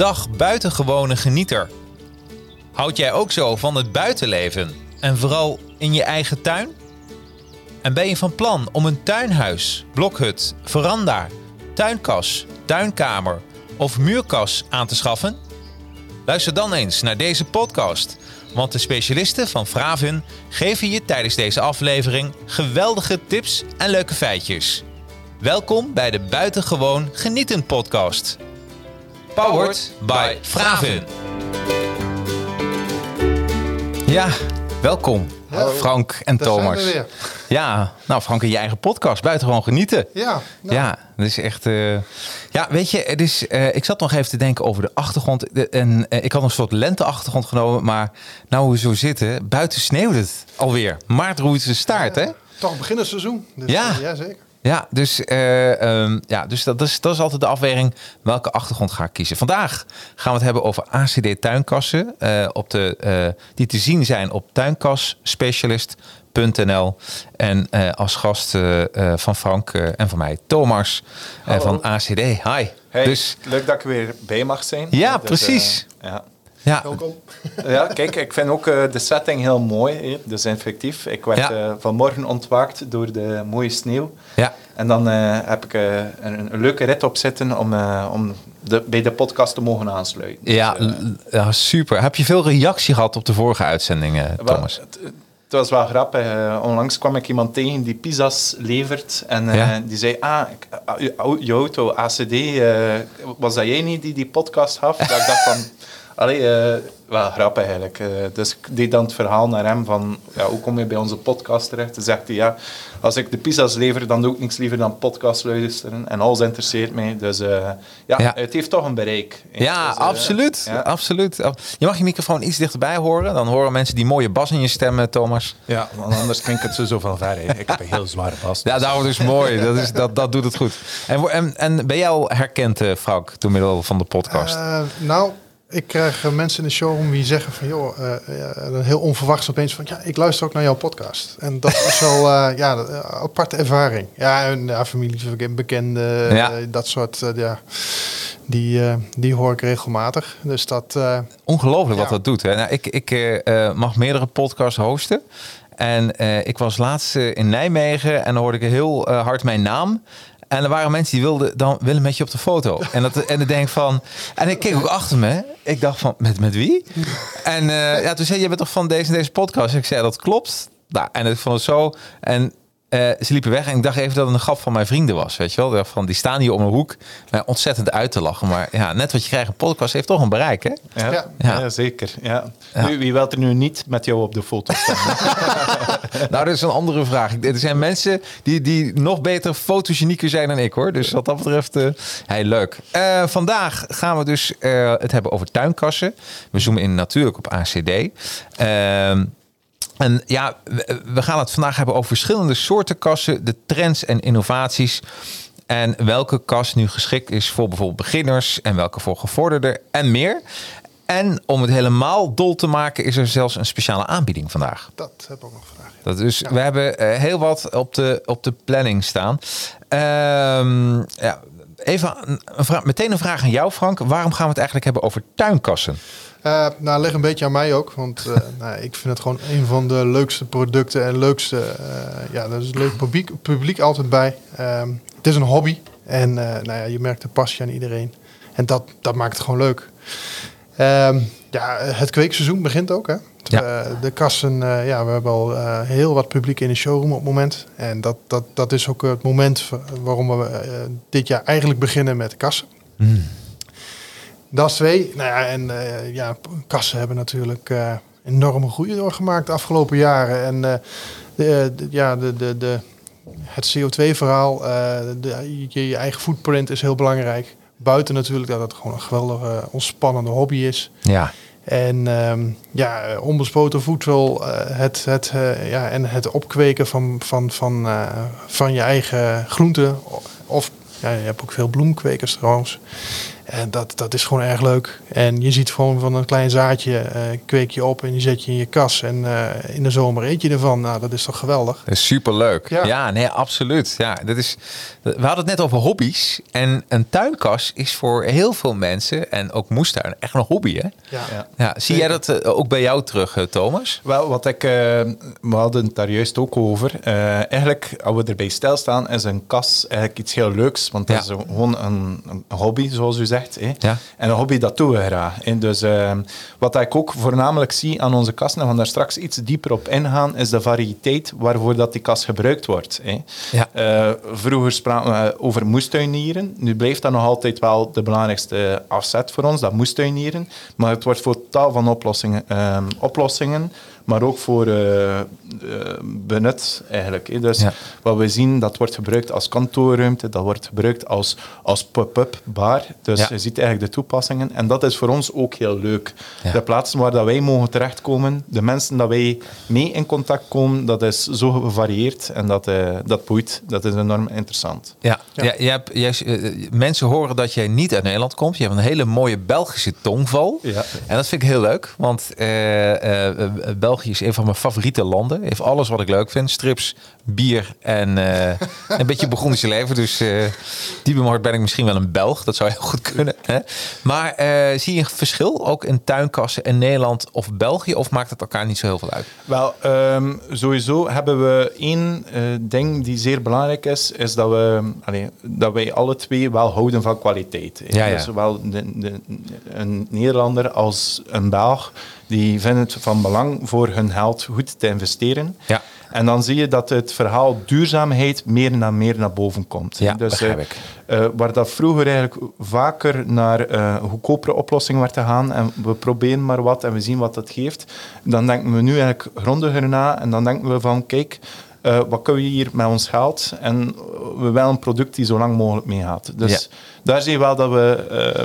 Dag buitengewone genieter. Houd jij ook zo van het buitenleven en vooral in je eigen tuin? En ben je van plan om een tuinhuis, blokhut, veranda, tuinkas, tuinkamer of muurkas aan te schaffen? Luister dan eens naar deze podcast, want de specialisten van Fravin geven je tijdens deze aflevering geweldige tips en leuke feitjes. Welkom bij de Buitengewoon Genieten podcast. Powered by Fravin. Ja, welkom Frank en Thomas. Zijn we weer. Ja, nou Frank, in je eigen podcast, Buitengewoon Genieten. Ja, nou. Ja, dat is echt... Ja, weet je, het is, ik zat nog even te denken over de achtergrond. En ik had een soort lenteachtergrond genomen, maar nou we zo zitten, buiten sneeuwt het alweer. Maart roeit zijn staart, hè? Toch beginnerseizoen. Dus, Ja. Ja, zeker. Ja, dus dat is altijd de afweging. Welke achtergrond ga ik kiezen? Vandaag gaan we het hebben over ACD-tuinkassen. Die te zien zijn op tuinkasspecialist.nl. En als gast van Frank en van mij, Thomas van ACD. Hi. Hey, Dus, leuk dat ik er weer bij mag zijn. ja, Dus, precies. Ja. Ja, Welkom. Ja, kijk, ik vind ook de setting heel mooi. Hier. Dus effectief, ik werd vanmorgen ontwaakt door de mooie sneeuw. ja. En dan heb ik een leuke rit op zitten om bij de podcast te mogen aansluiten. Ja, Dus, ja, super. Heb je veel reactie gehad op de vorige uitzendingen, Thomas? Het was wel grappig. Onlangs kwam ik iemand tegen die pizza's levert. En die zei, je auto, ACD, was dat jij niet die podcast gaf? Dat ik dacht van, wel grappig eigenlijk. Dus ik deed dan het verhaal naar hem van, hoe kom je bij onze podcast terecht? Toen zegt hij, als ik de pizza's lever, dan doe ik niks liever dan podcast luisteren. En alles interesseert mij. Dus het heeft toch een bereik. Ja, Dus, absoluut. ja. Absoluut. Je mag je microfoon iets dichterbij horen. Dan horen mensen die mooie bas in je stem, Thomas. Ja, want anders klinkt het zo van ver. Hè. Ik heb een heel zware bas. Ja, dat is mooi. Dat doet het goed. En ben jij al herkend, Frank, door middel van de podcast? Nou, ik krijg mensen in de showroom die zeggen van... heel onverwachts opeens van... Ja, ik luister ook naar jouw podcast. En dat is wel een aparte ervaring. Ja, en familie, bekenden, dat soort... Die hoor ik regelmatig. Dus dat... Ongelooflijk wat dat doet. Hè? Nou, ik mag meerdere podcasts hosten. En ik was laatst in Nijmegen en dan hoorde ik heel hard mijn naam. En er waren mensen die willen met je op de foto. En dan denk ik van... En ik keek ook achter me. Ik dacht van, met wie? En toen zei je bent toch van deze podcast? Ik zei, dat klopt. Nou, en ik vond het zo... En ze liepen weg en ik dacht even dat het een grap van mijn vrienden was. Weet je wel? Ik dacht van, die staan hier om een hoek mij ontzettend uit te lachen. Maar ja, net wat je krijgt, een podcast heeft toch een bereik, hè? Ja, zeker. Ja. Ja. Wie wil er nu niet met jou op de foto staan? Nou, dat is een andere vraag. Er zijn mensen die nog beter fotogenieker zijn dan ik, hoor. Dus wat dat betreft, heel leuk. Vandaag gaan we dus het hebben over tuinkassen. We zoomen in natuurlijk op ACD. En ja, we gaan het vandaag hebben over verschillende soorten kassen, de trends en innovaties. En welke kas nu geschikt is voor bijvoorbeeld beginners en welke voor gevorderden en meer. En om het helemaal dol te maken is er zelfs een speciale aanbieding vandaag. Dat heb ik ook nog gevraagd. Dus we hebben heel wat op de planning staan. Even meteen een vraag aan jou, Frank. Waarom gaan we het eigenlijk hebben over tuinkassen? Leg een beetje aan mij ook. Want ik vind het gewoon een van de leukste producten en leukste... daar is leuk publiek altijd bij. Het is een hobby. En je merkt de passie aan iedereen. En dat maakt het gewoon leuk. Het kweekseizoen begint ook, hè? Ja. De kassen, we hebben al heel wat publiek in de showroom op het moment. En dat is ook het moment waarom we dit jaar eigenlijk beginnen met de kassen. Dat is 2. Kassen hebben natuurlijk enorme groei doorgemaakt de afgelopen jaren. En het CO2-verhaal, je eigen footprint is heel belangrijk. Buiten natuurlijk dat het gewoon een geweldige, ontspannende hobby is. Ja. En onbespoten voedsel, en het opkweken van je eigen groenten. Of je hebt ook veel bloemkwekers trouwens. En dat is gewoon erg leuk. En je ziet gewoon van een klein zaadje kweek je op en die zet je in je kas. En in de zomer eet je ervan. Nou, dat is toch geweldig? Dat is superleuk. Ja. Ja, nee, absoluut. Ja, we hadden het net over hobby's. En een tuinkas is voor heel veel mensen, en ook moestuin, echt een hobby, hè? Ja. Zie jij dat ook bij jou terug, Thomas? Wel, we hadden het daar juist ook over. Eigenlijk, als we erbij stilstaan, is een kas eigenlijk iets heel leuks. Want dat is gewoon een hobby, zoals u zegt. Hè. Ja. En een hobby, dat doen we graag. Hè. Dus wat ik ook voornamelijk zie aan onze kassen, en we gaan daar straks iets dieper op ingaan, is de variëteit waarvoor dat die kas gebruikt wordt. Hè. Ja. Vroeger spraken we over moestuinieren. Nu blijft dat nog altijd wel de belangrijkste afzet voor ons, dat moestuinieren. Maar het wordt voor tal van oplossingen, maar ook voor benut eigenlijk. Hè. Dus wat we zien, dat wordt gebruikt als kantoorruimte, dat wordt gebruikt als pop-up bar. Dus je ziet eigenlijk de toepassingen. En dat is voor ons ook heel leuk. Ja. De plaatsen waar dat wij mogen terechtkomen, de mensen dat wij mee in contact komen, dat is zo gevarieerd en dat boeit. Dat is enorm interessant. Ja. Mensen horen dat jij niet uit Nederland komt. Je hebt een hele mooie Belgische tongval. Ja. En dat vind ik heel leuk, want België is een van mijn favoriete landen. Heeft alles wat ik leuk vind. Strips, bier en een beetje Burgondische leven. Dus diep in mijn hart ben ik misschien wel een Belg. Dat zou heel goed kunnen. Hè? Maar zie je een verschil ook in tuinkassen in Nederland of België? Of maakt het elkaar niet zo heel veel uit? Wel, sowieso hebben we één ding die zeer belangrijk is dat wij alle twee wel houden van kwaliteit. Ja. Dus zowel een Nederlander als een Belg, die vinden het van belang voor hun geld goed te investeren. Ja. En dan zie je dat het verhaal duurzaamheid meer naar boven komt. Ja, dus, begrijp ik. Waar dat vroeger eigenlijk vaker naar goedkopere oplossingen werd te gaan en we proberen maar wat en we zien wat dat geeft, dan denken we nu eigenlijk grondiger na en dan denken we van, kijk, wat kunnen we hier met ons geld? En we willen een product die zo lang mogelijk meegaat. Dus daar zie je wel dat we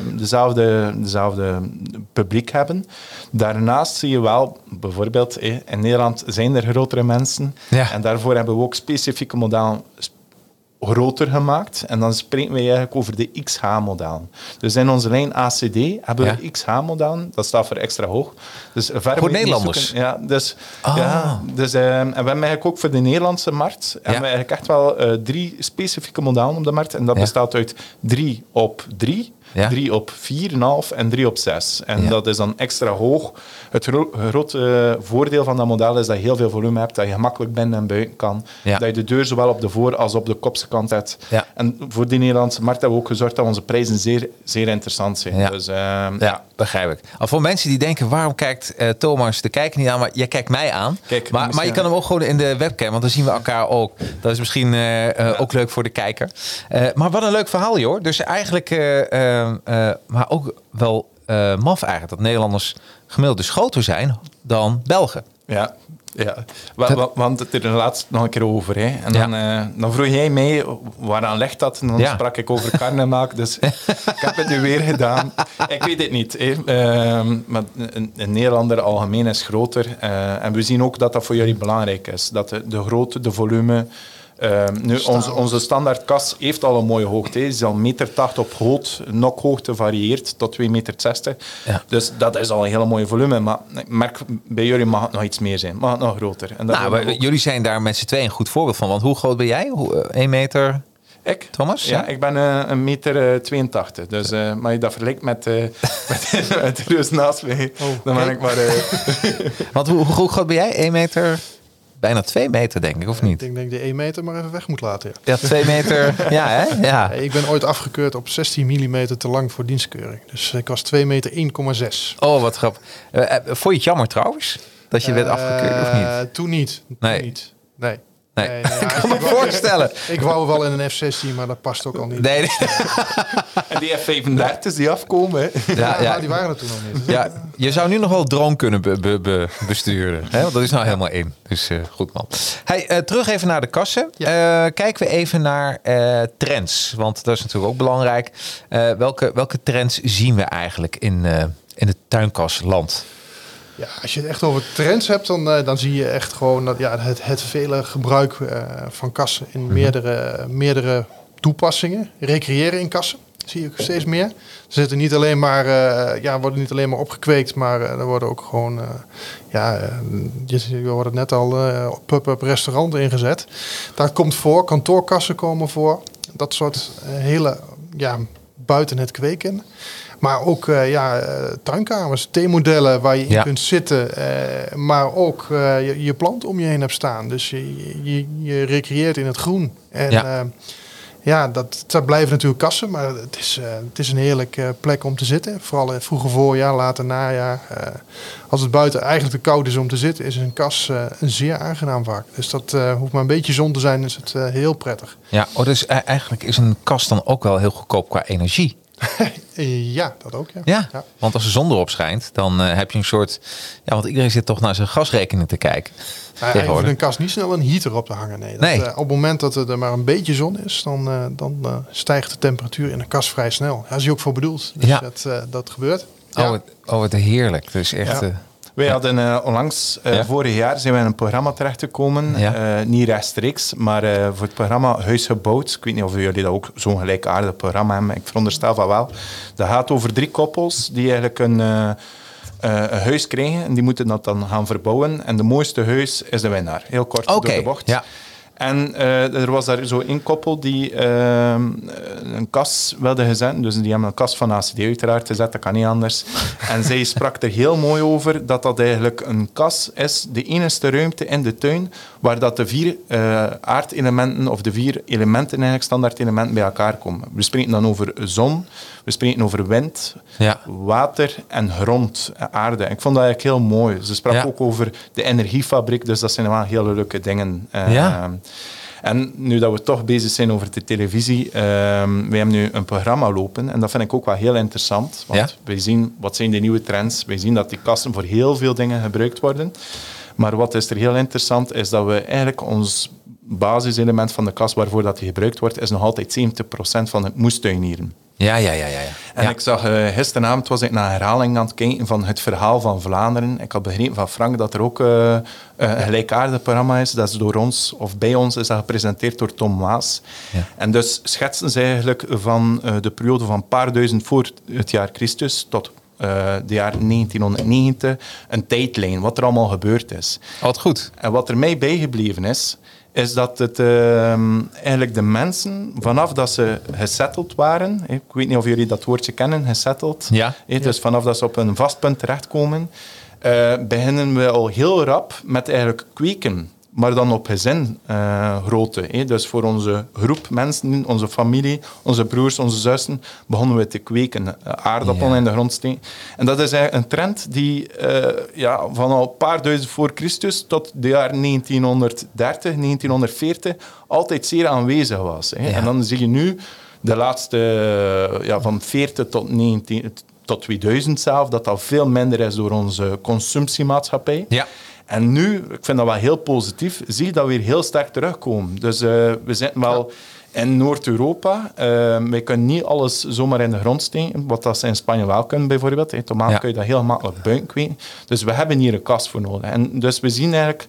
dezelfde publiek hebben. Daarnaast zie je wel, bijvoorbeeld, in Nederland zijn er grotere mensen. Ja. En daarvoor hebben we ook specifieke modellen groter gemaakt. En dan spreken we eigenlijk over de XH-modellen. Dus in onze lijn ACD hebben we XH-modellen. Dat staat voor extra hoog. Dus voor Nederlanders? Ja, dus, en we hebben eigenlijk ook voor de Nederlandse markt hebben we eigenlijk echt wel 3 specifieke modellen op de markt. En dat bestaat uit 3 op 3, 3 op 4,5 en 3 op 6. En dat is dan extra hoog. Het grote voordeel van dat model is dat je heel veel volume hebt, dat je gemakkelijk binnen en buiten kan. Ja. Dat je de deur zowel op de voor- als op de kopse kant hebt. Ja. En voor die Nederlandse markt hebben we ook gezorgd dat onze prijzen zeer, zeer interessant zijn. Ja. Dus, begrijp ik. Al voor mensen die denken, waarom kijkt Thomas de kijker niet aan? Maar jij kijkt mij aan. Kijk, maar je kan hem ook gewoon in de webcam, want dan zien we elkaar ook. Dat is misschien ook leuk voor de kijker. Maar wat een leuk verhaal, joh. Dus eigenlijk, maar ook wel maf eigenlijk, dat Nederlanders gemiddeld dus groter zijn dan Belgen. Ja. Want het er laatst nog een keer over. Hè. En dan vroeg jij mij, waaraan ligt dat? En dan sprak ik over karnemelk. Dus ik heb het nu weer gedaan. Ik weet het niet. Hè. Maar een Nederlander algemeen is groter. En we zien ook dat dat voor jullie belangrijk is. Dat de grootte, de volume... onze standaardkas heeft al een mooie hoogte. Het is al 1,80 meter op hoogte. Nokhoogte varieert tot 2,60 meter. Ja. Dus dat is al een hele mooie volume. Maar ik merk, bij jullie mag het nog iets meer zijn. Mag het nog groter. En dat jullie zijn daar met z'n tweeën een goed voorbeeld van. Want hoe groot ben jij? 1 meter... Ik? Thomas? Ja, ik ben 1,82 meter. Dus maar je dat vergelijkt met de reus naast mij, dan ben ik maar... Want hoe groot ben jij? 1 meter... Bijna 2 meter, denk ik, of niet? Ik denk dat de 1 meter maar even weg moet laten. Ja, 2 meter. Ja, hè? Ja. Ik ben ooit afgekeurd op 16 mm te lang voor dienstkeuring. Dus ik was 2 meter 1,6. Oh, wat grappig. Vond je het jammer trouwens? Dat je werd afgekeurd, of niet? Toen niet. Nee. Nee, ik kan me voorstellen. Ik wou wel in een F-16, maar dat past ook al niet. Nee. En die F-35's die afkomen. Hè? Ja, die waren er toen nog niet. Ja, je zou nu nog wel drone kunnen besturen. Hè? Want dat is nou helemaal in. Dus goed man. Hey, terug even naar de kassen. Ja. Kijken we even naar trends. Want dat is natuurlijk ook belangrijk. Welke trends zien we eigenlijk in het tuinkasland? Ja, als je het echt over trends hebt, dan zie je echt gewoon dat, het vele gebruik van kassen in meerdere toepassingen. Recreëren in kassen. Zie je ook steeds meer. Er zitten niet alleen maar, worden niet alleen maar opgekweekt, maar er worden ook gewoon, je hoorde het net al, pub-up restauranten ingezet. Dat komt voor, kantoorkassen komen voor. Dat soort hele, buiten het kweken. Maar ook tuinkamers, theemodellen waar je in kunt zitten. Maar ook je plant om je heen hebt staan. Dus je recreëert in het groen. En dat blijven natuurlijk kassen. Maar het is een heerlijke plek om te zitten. Vooral in het vroege voorjaar, later najaar. Als het buiten eigenlijk te koud is om te zitten, is een kas een zeer aangenaam vak. Dus dat hoeft maar een beetje zon te zijn, is het heel prettig. Ja, dus eigenlijk is een kas dan ook wel heel goedkoop qua energie. Ja, dat ook. Ja, want als de zon erop schijnt, dan heb je een soort... Ja, want iedereen zit toch naar zijn gasrekening te kijken. Je hoeft een kast niet snel een heater op te hangen. Nee. Op het moment dat er maar een beetje zon is, dan stijgt de temperatuur in een kast vrij snel. Daar is hij ook voor bedoeld. Dus dat gebeurt. Ja. Wat heerlijk. Dus echt... Ja. Wij hadden onlangs, vorig jaar, zijn we in een programma terechtgekomen. Niet rechtstreeks, maar voor het programma Huis Gebouwd. Ik weet niet of jullie dat ook zo'n gelijkaardig programma hebben. Ik veronderstel van wel. Dat gaat over 3 koppels die eigenlijk een huis krijgen. En die moeten dat dan gaan verbouwen. En de mooiste huis is de winnaar. Heel kort door de bocht. Ja. En er was daar zo één koppel die een kas wilde gezet. Dus die hebben een kas van ACD uiteraard gezet, dat kan niet anders. En zij sprak er heel mooi over dat eigenlijk een kas is, de enige ruimte in de tuin waar dat de 4 aardelementen of de 4 elementen eigenlijk standaard elementen bij elkaar komen. We spreken dan over zon, we spreken over wind, water en grond, aarde. Ik vond dat eigenlijk heel mooi. Ze sprak ook over de energiefabriek, dus dat zijn wel hele leuke dingen. En nu dat we toch bezig zijn over de televisie, wij hebben nu een programma lopen en dat vind ik ook wel heel interessant. Want wij zien, wat zijn de nieuwe trends? Wij zien dat die kassen voor heel veel dingen gebruikt worden. Maar wat is er heel interessant, is dat we eigenlijk ons basiselement van de kas waarvoor dat die gebruikt wordt, is nog altijd 70% van het moestuinieren. Ja. En ik zag gisteravond was ik naar een herhaling aan het kijken van het verhaal van Vlaanderen. Ik had begrepen van Frank dat er ook een gelijkaardig programma is. Dat is door ons, of bij ons, is dat gepresenteerd door Tom Waas. Ja. En dus schetsen ze eigenlijk van de periode van een paar duizend voor het jaar Christus tot de jaar 1990 een tijdlijn, wat er allemaal gebeurd is. Wat goed. En wat er mij bijgebleven is dat het eigenlijk de mensen, vanaf dat ze gesetteld waren, ik weet niet of jullie dat woordje kennen, gesetteld, dus vanaf dat ze op een vast punt terechtkomen, beginnen we al heel rap met eigenlijk kweken, maar dan op gezingrootte. Dus voor onze groep mensen, onze familie, onze broers, onze zussen, begonnen we te kweken, aardappelen in de grond steken. En dat is eigenlijk een trend die van al een paar duizend voor Christus tot de jaren 1930, 1940 altijd zeer aanwezig was. Ja. En dan zie je nu de laatste van 40 tot 2000 zelf, dat al veel minder is door onze consumptiemaatschappij. Ja. En nu, ik vind dat wel heel positief, zie je dat weer heel sterk terugkomen. Dus we zitten wel in Noord-Europa. Wij kunnen niet alles zomaar in de grond steken, wat dat ze in Spanje wel kunnen bijvoorbeeld. Tomaten kun je dat heel makkelijk buiten kweken. Dus we hebben hier een kast voor nodig. En dus we zien eigenlijk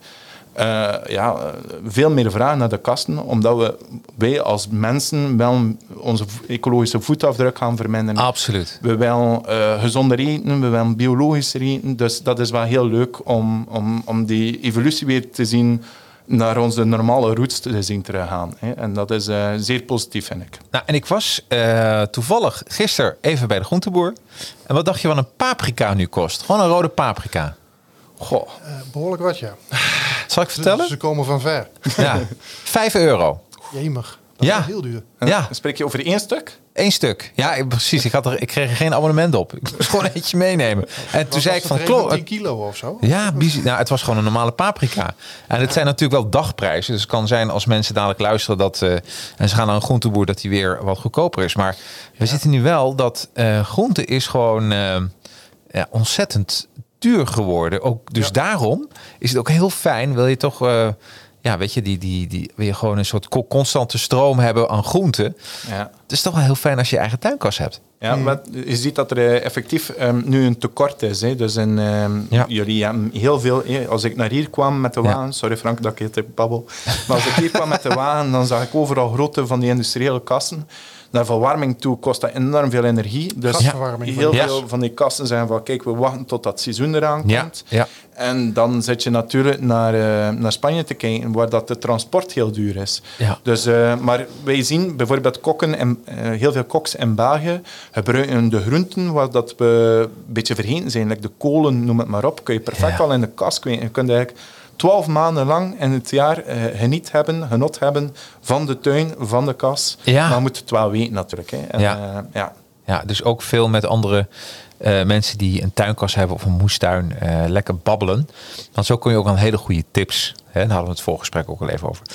veel meer vragen naar de kasten, omdat wij als mensen wel onze ecologische voetafdruk gaan verminderen. Absoluut. We willen gezonder eten, we willen biologisch eten. Dus dat is wel heel leuk om die evolutie weer te zien, naar onze normale roots te zien teruggaan. En dat is zeer positief, vind ik. Nou, en ik was toevallig gisteren even bij de groenteboer. En wat dacht je wat een paprika nu kost? Gewoon een rode paprika. Goh. Behoorlijk wat, ja. Zal ik vertellen? Ze komen van ver. Ja, €5. Jemig. Dat is heel duur. En spreek je over 1 stuk? 1 stuk. Ja, precies. Ik kreeg er geen abonnement op. Ik moest gewoon eentje meenemen. En toen zei ik van... 10 kilo of zo? Ja, het was gewoon een normale paprika. En het zijn natuurlijk wel dagprijzen. Dus het kan zijn als mensen dadelijk luisteren dat... en ze gaan naar een groenteboer dat die weer wat goedkoper is. Maar we zitten nu wel dat groente is gewoon ontzettend duur geworden. Ook, dus daarom is het ook heel fijn. Wil je toch... weet je, die wil je gewoon een soort constante stroom hebben aan groenten. Ja. Het is toch wel heel fijn als je eigen tuinkas hebt. Ja, maar je ziet dat er effectief nu een tekort is. Dus jullie hebben heel veel... Als ik naar hier kwam met de wagen... Sorry Frank dat ik het babbel. Maar als ik hier kwam met de wagen, dan zag ik overal grote van die industriële kassen. naar verwarming toe kost dat enorm veel energie. Dus Gasverwarming. heel Ja. veel van die kasten zeggen van, kijk, we wachten tot dat seizoen eraan Ja, komt. ja. En dan zit je natuurlijk naar Spanje te kijken, waar dat de transport heel duur is. Ja. Dus, maar wij zien bijvoorbeeld kokken en heel veel koks in België gebruiken de groenten waar dat we een beetje vergeten zijn, like de kolen, noem het maar op, kun je perfect al in de kast kwijt. Je kunt eigenlijk 12 maanden lang in het jaar genot hebben van de tuin, van de kas. Ja. Maar je moet het wel weten natuurlijk. Hè. En, Ja. ja. Ja, dus ook veel met andere mensen die een tuinkas hebben of een moestuin lekker babbelen. Want zo kun je ook aan hele goede tips. Hè, daar hadden we het voorgesprek ook al even over.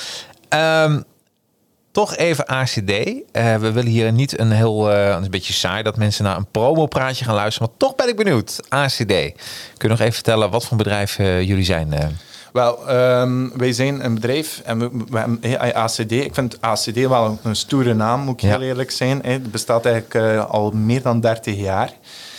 Toch even ACD. We willen hier niet een heel... een beetje saai dat mensen naar een promopraatje gaan luisteren. Maar toch ben ik benieuwd. ACD. Kun je nog even vertellen wat voor bedrijf jullie zijn? Wel, wij zijn een bedrijf en we hebben ACD. Ik vind ACD wel een stoere naam, moet ik heel eerlijk zijn. Het bestaat eigenlijk al meer dan 30 jaar.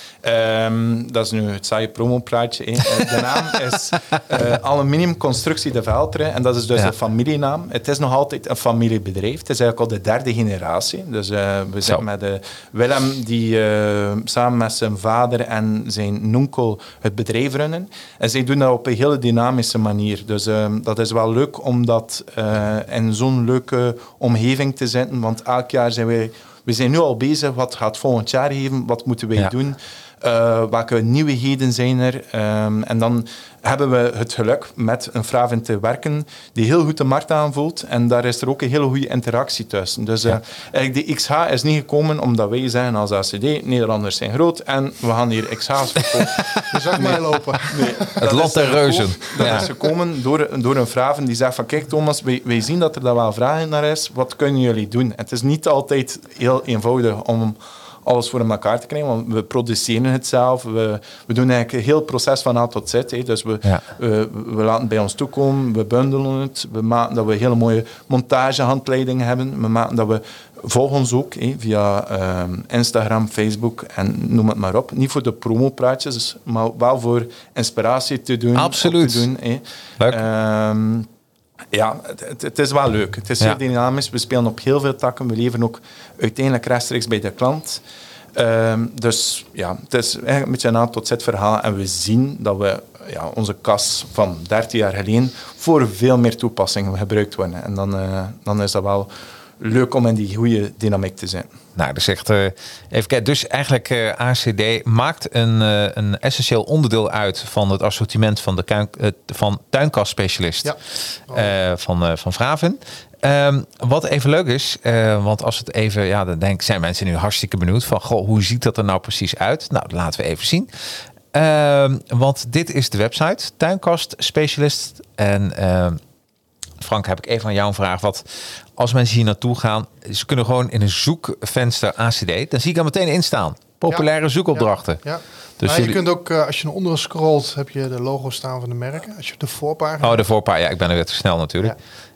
Dat is nu het saaie promopraatje. De naam is Aluminium Constructie de Velteren en dat is dus een familienaam. Het is nog altijd een familiebedrijf. Het is eigenlijk al de derde generatie. Dus we zijn met Willem die samen met zijn vader en zijn nonkel het bedrijf runnen. En zij doen dat op een hele dynamische manier. Dus dat is wel leuk om dat in zo'n leuke omgeving te zetten. Want elk jaar zijn we zijn nu al bezig. Wat gaat volgend jaar geven? Wat moeten wij doen? Welke nieuwigheden zijn er? En dan hebben we het geluk met een Fraven te werken die heel goed de markt aanvoelt. En daar is er ook een hele goede interactie tussen. Dus eigenlijk de XH is niet gekomen omdat wij zeggen als ACD, Nederlanders zijn groot en we gaan hier XH's verkopen. Je zag mij lopen. Nee, Het land der reuzen. Dat is gekomen door een Fraven die zegt van kijk Thomas, wij zien dat er daar wel vragen naar is. Wat kunnen jullie doen? Het is niet altijd heel eenvoudig om alles voor elkaar te krijgen, want we produceren het zelf. We doen eigenlijk een heel proces van A tot Z. Hè. Dus we laten het bij ons toekomen, we bundelen het, we maken dat we hele mooie montagehandleidingen hebben. We maken dat we volg ons ook via Instagram, Facebook en noem het maar op. Niet voor de promopraatjes, maar wel voor inspiratie te doen. Absoluut. Te doen, leuk. Ja, het is wel leuk. Het is zeer dynamisch. We spelen op heel veel takken. We leveren ook uiteindelijk rechtstreeks bij de klant. Dus ja, het is eigenlijk een beetje een A tot Z verhaal. En we zien dat we onze kas van 13 jaar geleden voor veel meer toepassingen gebruikt worden. En dan is dat wel leuk om in die goede dynamiek te zijn. Nou, dus echt even kijken. Dus eigenlijk ACD maakt een essentieel onderdeel uit van het assortiment van van tuinkastspecialist van Fraven. Wat even leuk is, want als het even, dan zijn mensen nu hartstikke benieuwd van, goh, hoe ziet dat er nou precies uit? Nou, laten we even zien. Want dit is de website, tuinkastspecialist. En Frank, heb ik even aan jou een vraag. Als mensen hier naartoe gaan, ze kunnen gewoon in een zoekvenster ACD, dan zie ik er meteen in staan. Populaire zoekopdrachten. Ja. Dus je kunt ook, als je naar onderen scrolt, heb je de logo's staan van de merken. Als je op de voorpagina... Oh, de voorpagina. Ja, ik ben er weer te snel natuurlijk.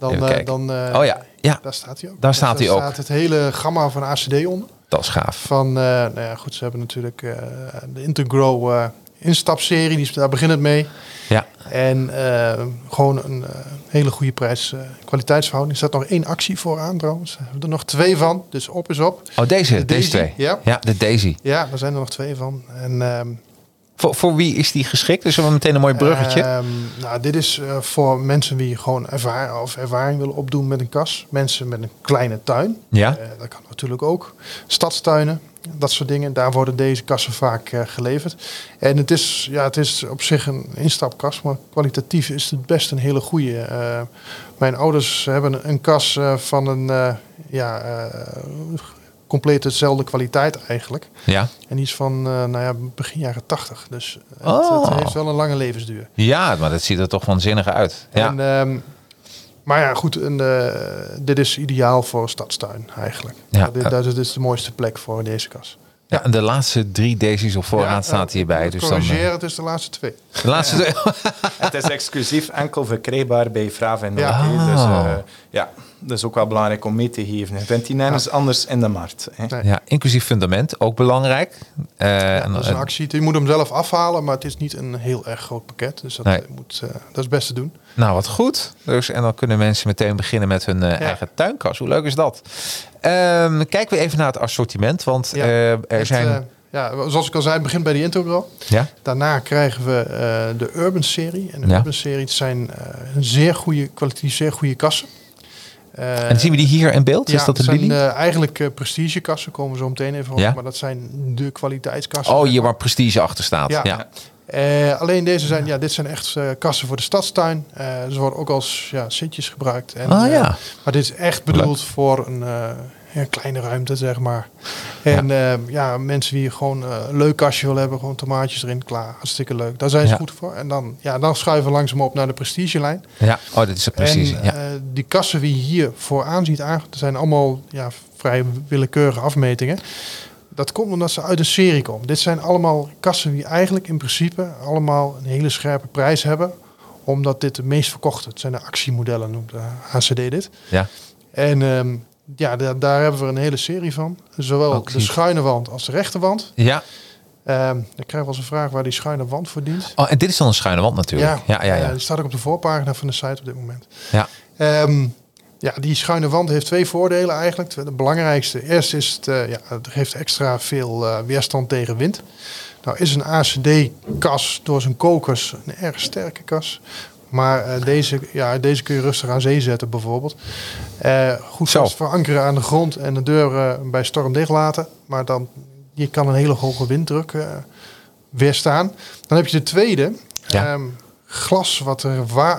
Ja, daar staat hij ook. Daar staat hij ook. Daar staat het hele gamma van ACD onder. Dat is gaaf. Ze hebben natuurlijk de Intergrow instapserie, daar begint het mee. Ja. En gewoon een hele goede prijs-kwaliteitsverhouding. Er staat nog 1 actie vooraan trouwens. We hebben er nog 2 van, dus op is op. Oh, deze Daisy, 2. Ja, de Daisy. Ja, daar zijn er nog 2 van. En voor wie is die geschikt? Dus we hebben meteen een mooi bruggetje. Dit is voor mensen die gewoon ervaring willen opdoen met een kas. Mensen met een kleine tuin. Ja. Dat kan natuurlijk ook. Stadstuinen, dat soort dingen. Daar worden deze kassen vaak geleverd. En het is op zich een instapkas, maar kwalitatief is het best een hele goede. Mijn ouders hebben een kas van een compleet dezelfde kwaliteit eigenlijk. Ja. En die is van begin jaren 80. Dus het heeft wel een lange levensduur. Ja, maar dat ziet er toch waanzinnig uit. Ja. En, maar ja, goed. Dit is ideaal voor een stadstuin eigenlijk. Ja. Dit is de mooiste plek voor deze kas. Ja, en de laatste 3 Daisies op voorraad staat hierbij. Dus corrigeer, het is de laatste 2. De laatste 2. Het is exclusief enkel verkrijgbaar bij Fraven. Ja. Dus dat is ook wel belangrijk om mee te geven. Je vindt die nergens anders in de markt. Nee. Ja, inclusief fundament, ook belangrijk. Dat is een actie. Je moet hem zelf afhalen, maar het is niet een heel erg groot pakket. Dus dat is best te doen. Nou, wat goed. Dus, en dan kunnen mensen meteen beginnen met hun eigen tuinkas. Hoe leuk is dat? Kijken we even naar het assortiment. Want er zijn... zoals ik al zei, het begint bij die Integral. Ja? Daarna krijgen we de Urban-serie. En de Urban-serie zijn een zeer goede kassen. En zien we die hier in beeld? Is dat de Lily? Dat zijn eigenlijk prestigekassen, komen we zo meteen even op. Ja? Maar dat zijn de kwaliteitskassen. Oh, hier waar prestige achter staat. Ja. Alleen dit zijn echt kassen voor de stadstuin. Ze worden ook als sitjes gebruikt. En, maar dit is echt bedoeld voor een kleine ruimte, zeg maar. En mensen die gewoon een leuk kastje willen hebben, gewoon tomaatjes erin, klaar. Hartstikke leuk. Daar zijn ze goed voor. En dan schuiven we langzaam op naar de prestigelijn. Ja, dit is de prestige. En die kassen die je hier vooraan ziet, dat zijn allemaal vrij willekeurige afmetingen. Dat komt omdat ze uit een serie komen. Dit zijn allemaal kassen die eigenlijk in principe allemaal een hele scherpe prijs hebben. Omdat dit de meest verkochte. Het zijn de actiemodellen, noemt de HCD dit. Ja. En daar hebben we een hele serie van. Zowel de schuine wand als de rechte wand. Ja. Dan krijgen we als een vraag waar die schuine wand voor dient. Oh, en dit is dan een schuine wand natuurlijk. Ja. Die staat ook op de voorpagina van de site op dit moment. Ja. Die schuine wand heeft twee voordelen eigenlijk. De belangrijkste, eerst is het geeft extra veel weerstand tegen wind. Nou is een ACD-kas door zijn kokers een erg sterke kas. Maar deze kun je rustig aan zee zetten bijvoorbeeld. Goed vast verankeren aan de grond en de deur bij storm dicht laten. Maar je kan een hele hoge winddruk weerstaan. Dan heb je de tweede. Glas wat er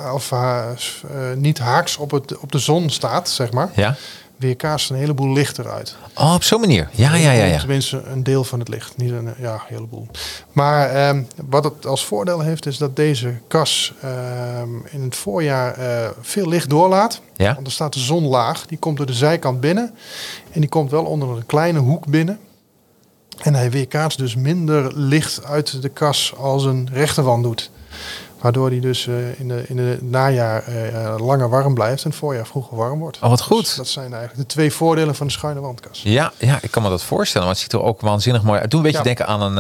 niet haaks op de zon staat, zeg maar. Ja. Weerkaatst een heleboel licht eruit. Oh, op zo'n manier. Ja. Tenminste, een deel van het licht. Niet een heleboel. Maar wat het als voordeel heeft, is dat deze kas in het voorjaar veel licht doorlaat. Ja. Want er staat de zon laag. Die komt door de zijkant binnen. En die komt wel onder een kleine hoek binnen. En hij weerkaatst dus minder licht uit de kas als een rechte wand doet. Waardoor die dus in het najaar langer warm blijft en het voorjaar vroeger warm wordt. Oh, wat goed. Dus dat zijn eigenlijk de twee voordelen van de schuine wandkas. Ja, ik kan me dat voorstellen. Maar het ziet er ook waanzinnig mooi uit. Doe een beetje denken aan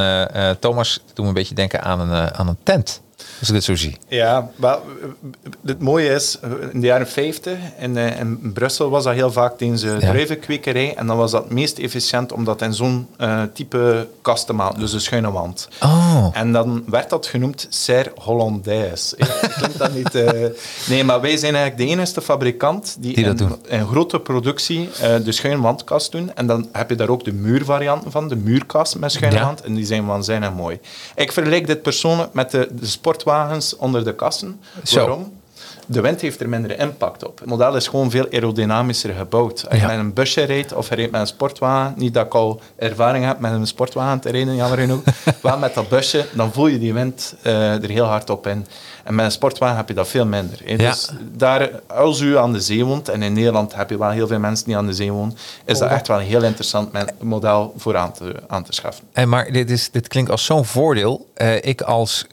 aan een tent. Als ik dit zo zie. Ja, wel, het mooie is, in de jaren 50 in Brussel was dat heel vaak tijdens de druivenkwekerij. En dan was dat het meest efficiënt om dat in zo'n type kast te maken, dus een schuine wand. Oh. En dan werd dat genoemd Serre Hollandaise. Klinkt dat niet? Nee, maar wij zijn eigenlijk de enige fabrikant die dat doen. In grote productie de schuine wandkast doen. En dan heb je daar ook de muurvarianten van, de muurkast met schuine wand. En die zijn waanzinnig mooi. Ik vergelijk dit persoonlijk met de sportwagens onder de kassen. Waarom? De wind heeft er minder impact op. Het model is gewoon veel aerodynamischer gebouwd. Als je met een busje rijdt of je rijdt met een sportwagen, niet dat ik al ervaring heb met een sportwagen te rijden, jammer genoeg, wel met dat busje, dan voel je die wind er heel hard op in. En met een sportwagen heb je dat veel minder. Ja. Dus daar, als u aan de zee woont, en in Nederland heb je wel heel veel mensen die aan de zee wonen, is dat echt wel een heel interessant model voor aan te schaffen. Maar dit klinkt als zo'n voordeel. Ik als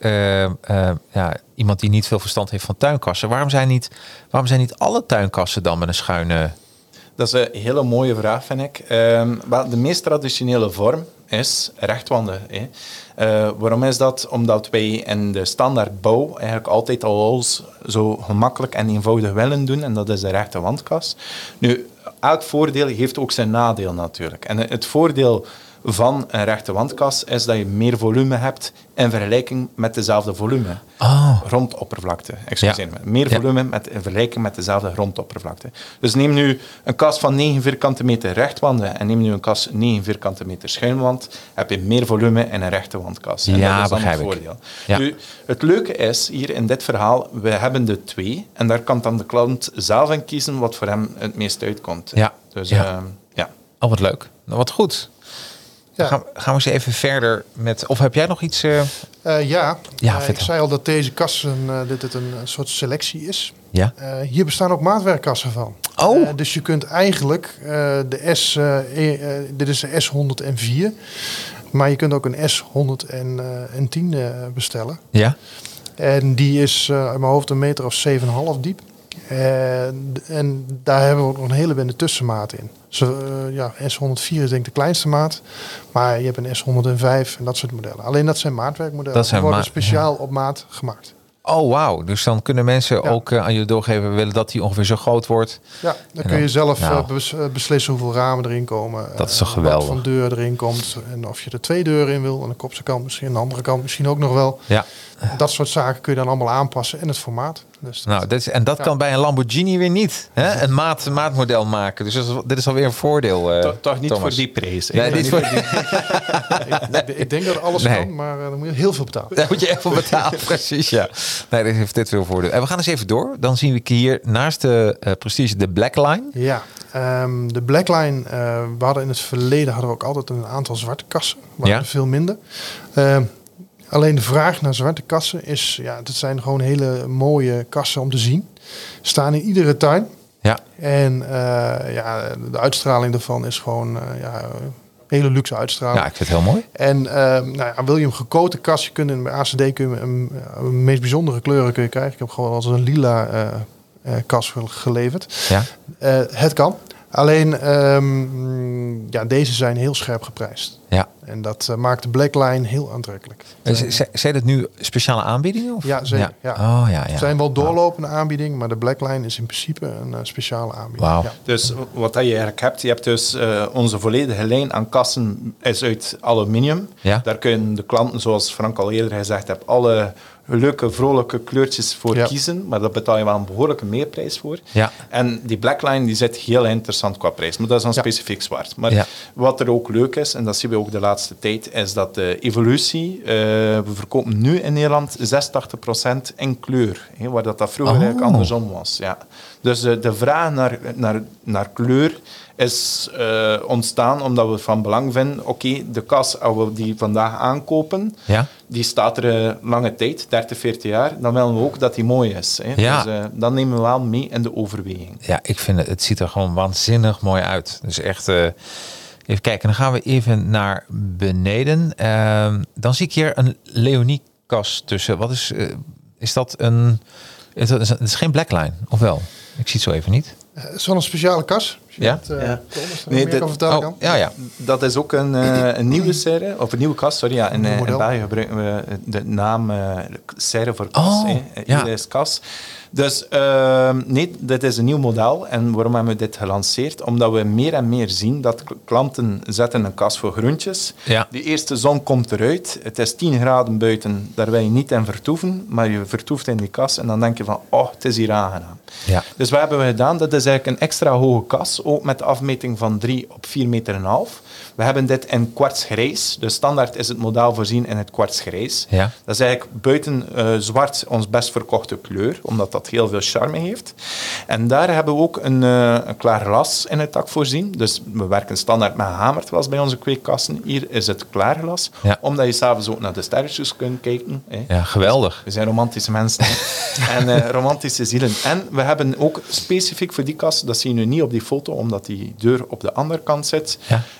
iemand die niet veel verstand heeft van tuinkassen, waarom zijn niet alle tuinkassen dan met een schuine... Dat is een hele mooie vraag, vind ik. De meest traditionele vorm is rechtwanden. Waarom is dat? Omdat wij in de standaardbouw eigenlijk altijd al alles zo gemakkelijk en eenvoudig willen doen. En dat is de rechte wandkas. Nu, elk voordeel heeft ook zijn nadeel natuurlijk. En het voordeel van een rechte wandkas is dat je meer volume hebt in vergelijking met dezelfde volume. Grondoppervlakte. Excuseer me. Meer volume in vergelijking met dezelfde grondoppervlakte. Dus neem nu een kas van 9 vierkante meter rechtwanden en neem nu een kas 9 vierkante meter schuinwand, heb je meer volume in een rechte wandkas. En dat is dan het voordeel. Ja. Nu, het leuke is, hier in dit verhaal, we hebben de twee en daar kan dan de klant zelf in kiezen wat voor hem het meest uitkomt. Ja. Dus, Oh, wat leuk. Nou, wat goed. Ja. Gaan we eens even verder met... Of heb jij nog iets... Ik zei al dat deze kassen dit een soort selectie is. Ja. Hier bestaan ook maatwerkkassen van. Dus je kunt eigenlijk dit is de S104. Maar je kunt ook een S110 bestellen. Ja. En die is uit mijn hoofd 1,7,5 meter diep. En daar hebben we ook nog een hele bende tussenmaten in. S104 is denk ik de kleinste maat. Maar je hebt een S105 en dat soort modellen. Alleen dat zijn maatwerkmodellen. Die worden speciaal op maat gemaakt. Oh, wauw. Dus dan kunnen mensen ook aan jullie doorgeven... we willen dat die ongeveer zo groot wordt. Ja, dan En kun je zelf nou. beslissen hoeveel ramen erin komen. Dat is toch geweldig. Wat voor deur erin komt. En of je er 2 deuren in wil. Aan de kopse kant misschien, aan de andere kant misschien ook nog wel. Ja. Dat soort zaken kun je dan allemaal aanpassen. En het formaat. Dus Nou, dat kan bij een Lamborghini weer niet. Hè? Een maatmodel maken. Dus dit is alweer een voordeel. Toch niet Thomas. voor die prijs. Nee, niet voor ik denk dat alles kan, maar dan moet je heel veel betalen. Daar moet je echt voor betalen, precies, ja. Nee, dat heeft dit veel voordeel. En we gaan eens even door. Dan zien we hier naast de Prestige de Blackline. Ja, de Blackline, we hadden in het verleden ook altijd een aantal zwarte kassen. Maar Ja. veel minder. Alleen de vraag naar zwarte kassen is, dat zijn gewoon hele mooie kassen om te zien. Staan in iedere tuin. Ja. En de uitstraling daarvan is gewoon hele luxe uitstraling. Ja, ik vind het heel mooi. En wil je een gekoten kast, je kunt bij ACD kun je een meest bijzondere kleuren kun je krijgen. Ik heb gewoon als een lila kast geleverd. Ja. Het kan. Alleen deze zijn heel scherp geprijsd. Ja. En dat maakt de Blackline heel aantrekkelijk. Zijn het nu speciale aanbiedingen? Of? Ja, zeker. Ja. Oh, ja. Het zijn wel doorlopende aanbiedingen, maar de Blackline is in principe een speciale aanbieding. Wauw. Ja. Dus wat dat je eigenlijk hebt, je hebt dus onze volledige lijn aan kassen is uit aluminium. Ja. Daar kunnen de klanten, zoals Frank al eerder gezegd heeft, alle leuke, vrolijke kleurtjes voor kiezen. Maar daar betaal je wel een behoorlijke meerprijs voor. Ja. En die Blackline die zit heel interessant qua prijs. Maar dat is dan specifiek zwart. Maar wat er ook leuk is, en dat zien we ook de laatste tijd, is dat de evolutie, we verkopen nu in Nederland 86% in kleur. Hè, waar dat vroeger eigenlijk andersom was. Ja. Dus de vraag naar kleur is ontstaan omdat we het van belang vinden. Oké, de kas, als we die vandaag aankopen, die staat er lange tijd, 30, 40 jaar. Dan willen we ook dat die mooi is. Hè. Ja. Dus dat nemen we wel mee in de overweging. Ja, ik vind het ziet er gewoon waanzinnig mooi uit. Dus echt... even kijken, dan gaan we even naar beneden. Dan zie ik hier een Leonie-kas tussen. Wat is dat een... Het is geen Blackline, of wel? Ik zie het zo even niet. Het is wel een speciale kas. Ja? Nee, meer kan vertellen kan. Ja. Dat is ook een nieuwe serre, of een nieuwe kas, sorry. Ja, in België gebruiken we de naam serre voor kas. Hier is kas. Dus nee, dit is een nieuw model. En waarom hebben we dit gelanceerd? Omdat we meer en meer zien dat klanten zetten een kas voor groentjes. Ja. De eerste zon komt eruit. Het is 10 graden buiten. Daar wil je niet in vertoeven. Maar je vertoeft in die kas en dan denk je van, het is hier aangenaam. Ja. Dus wat hebben we gedaan? Dat is eigenlijk een extra hoge kas. Ook met de afmeting van 3 op 4,5 meter. We hebben dit in kwartsgrijs. Dus standaard is het model voorzien in het kwartsgrijs. Ja. Dat is eigenlijk buiten zwart ons best verkochte kleur. Omdat dat heel veel charme heeft. En daar hebben we ook een klaar glas in het dak voorzien. Dus we werken standaard met gehamerd glas bij onze kweekkassen. Hier is het klaar glas. Ja. Omdat je s'avonds ook naar de sterretjes kunt kijken. Hè. Ja, geweldig. We zijn romantische mensen. En romantische zielen. En we hebben ook specifiek voor die kast, dat zie je nu niet op die foto, omdat die deur op de andere kant zit,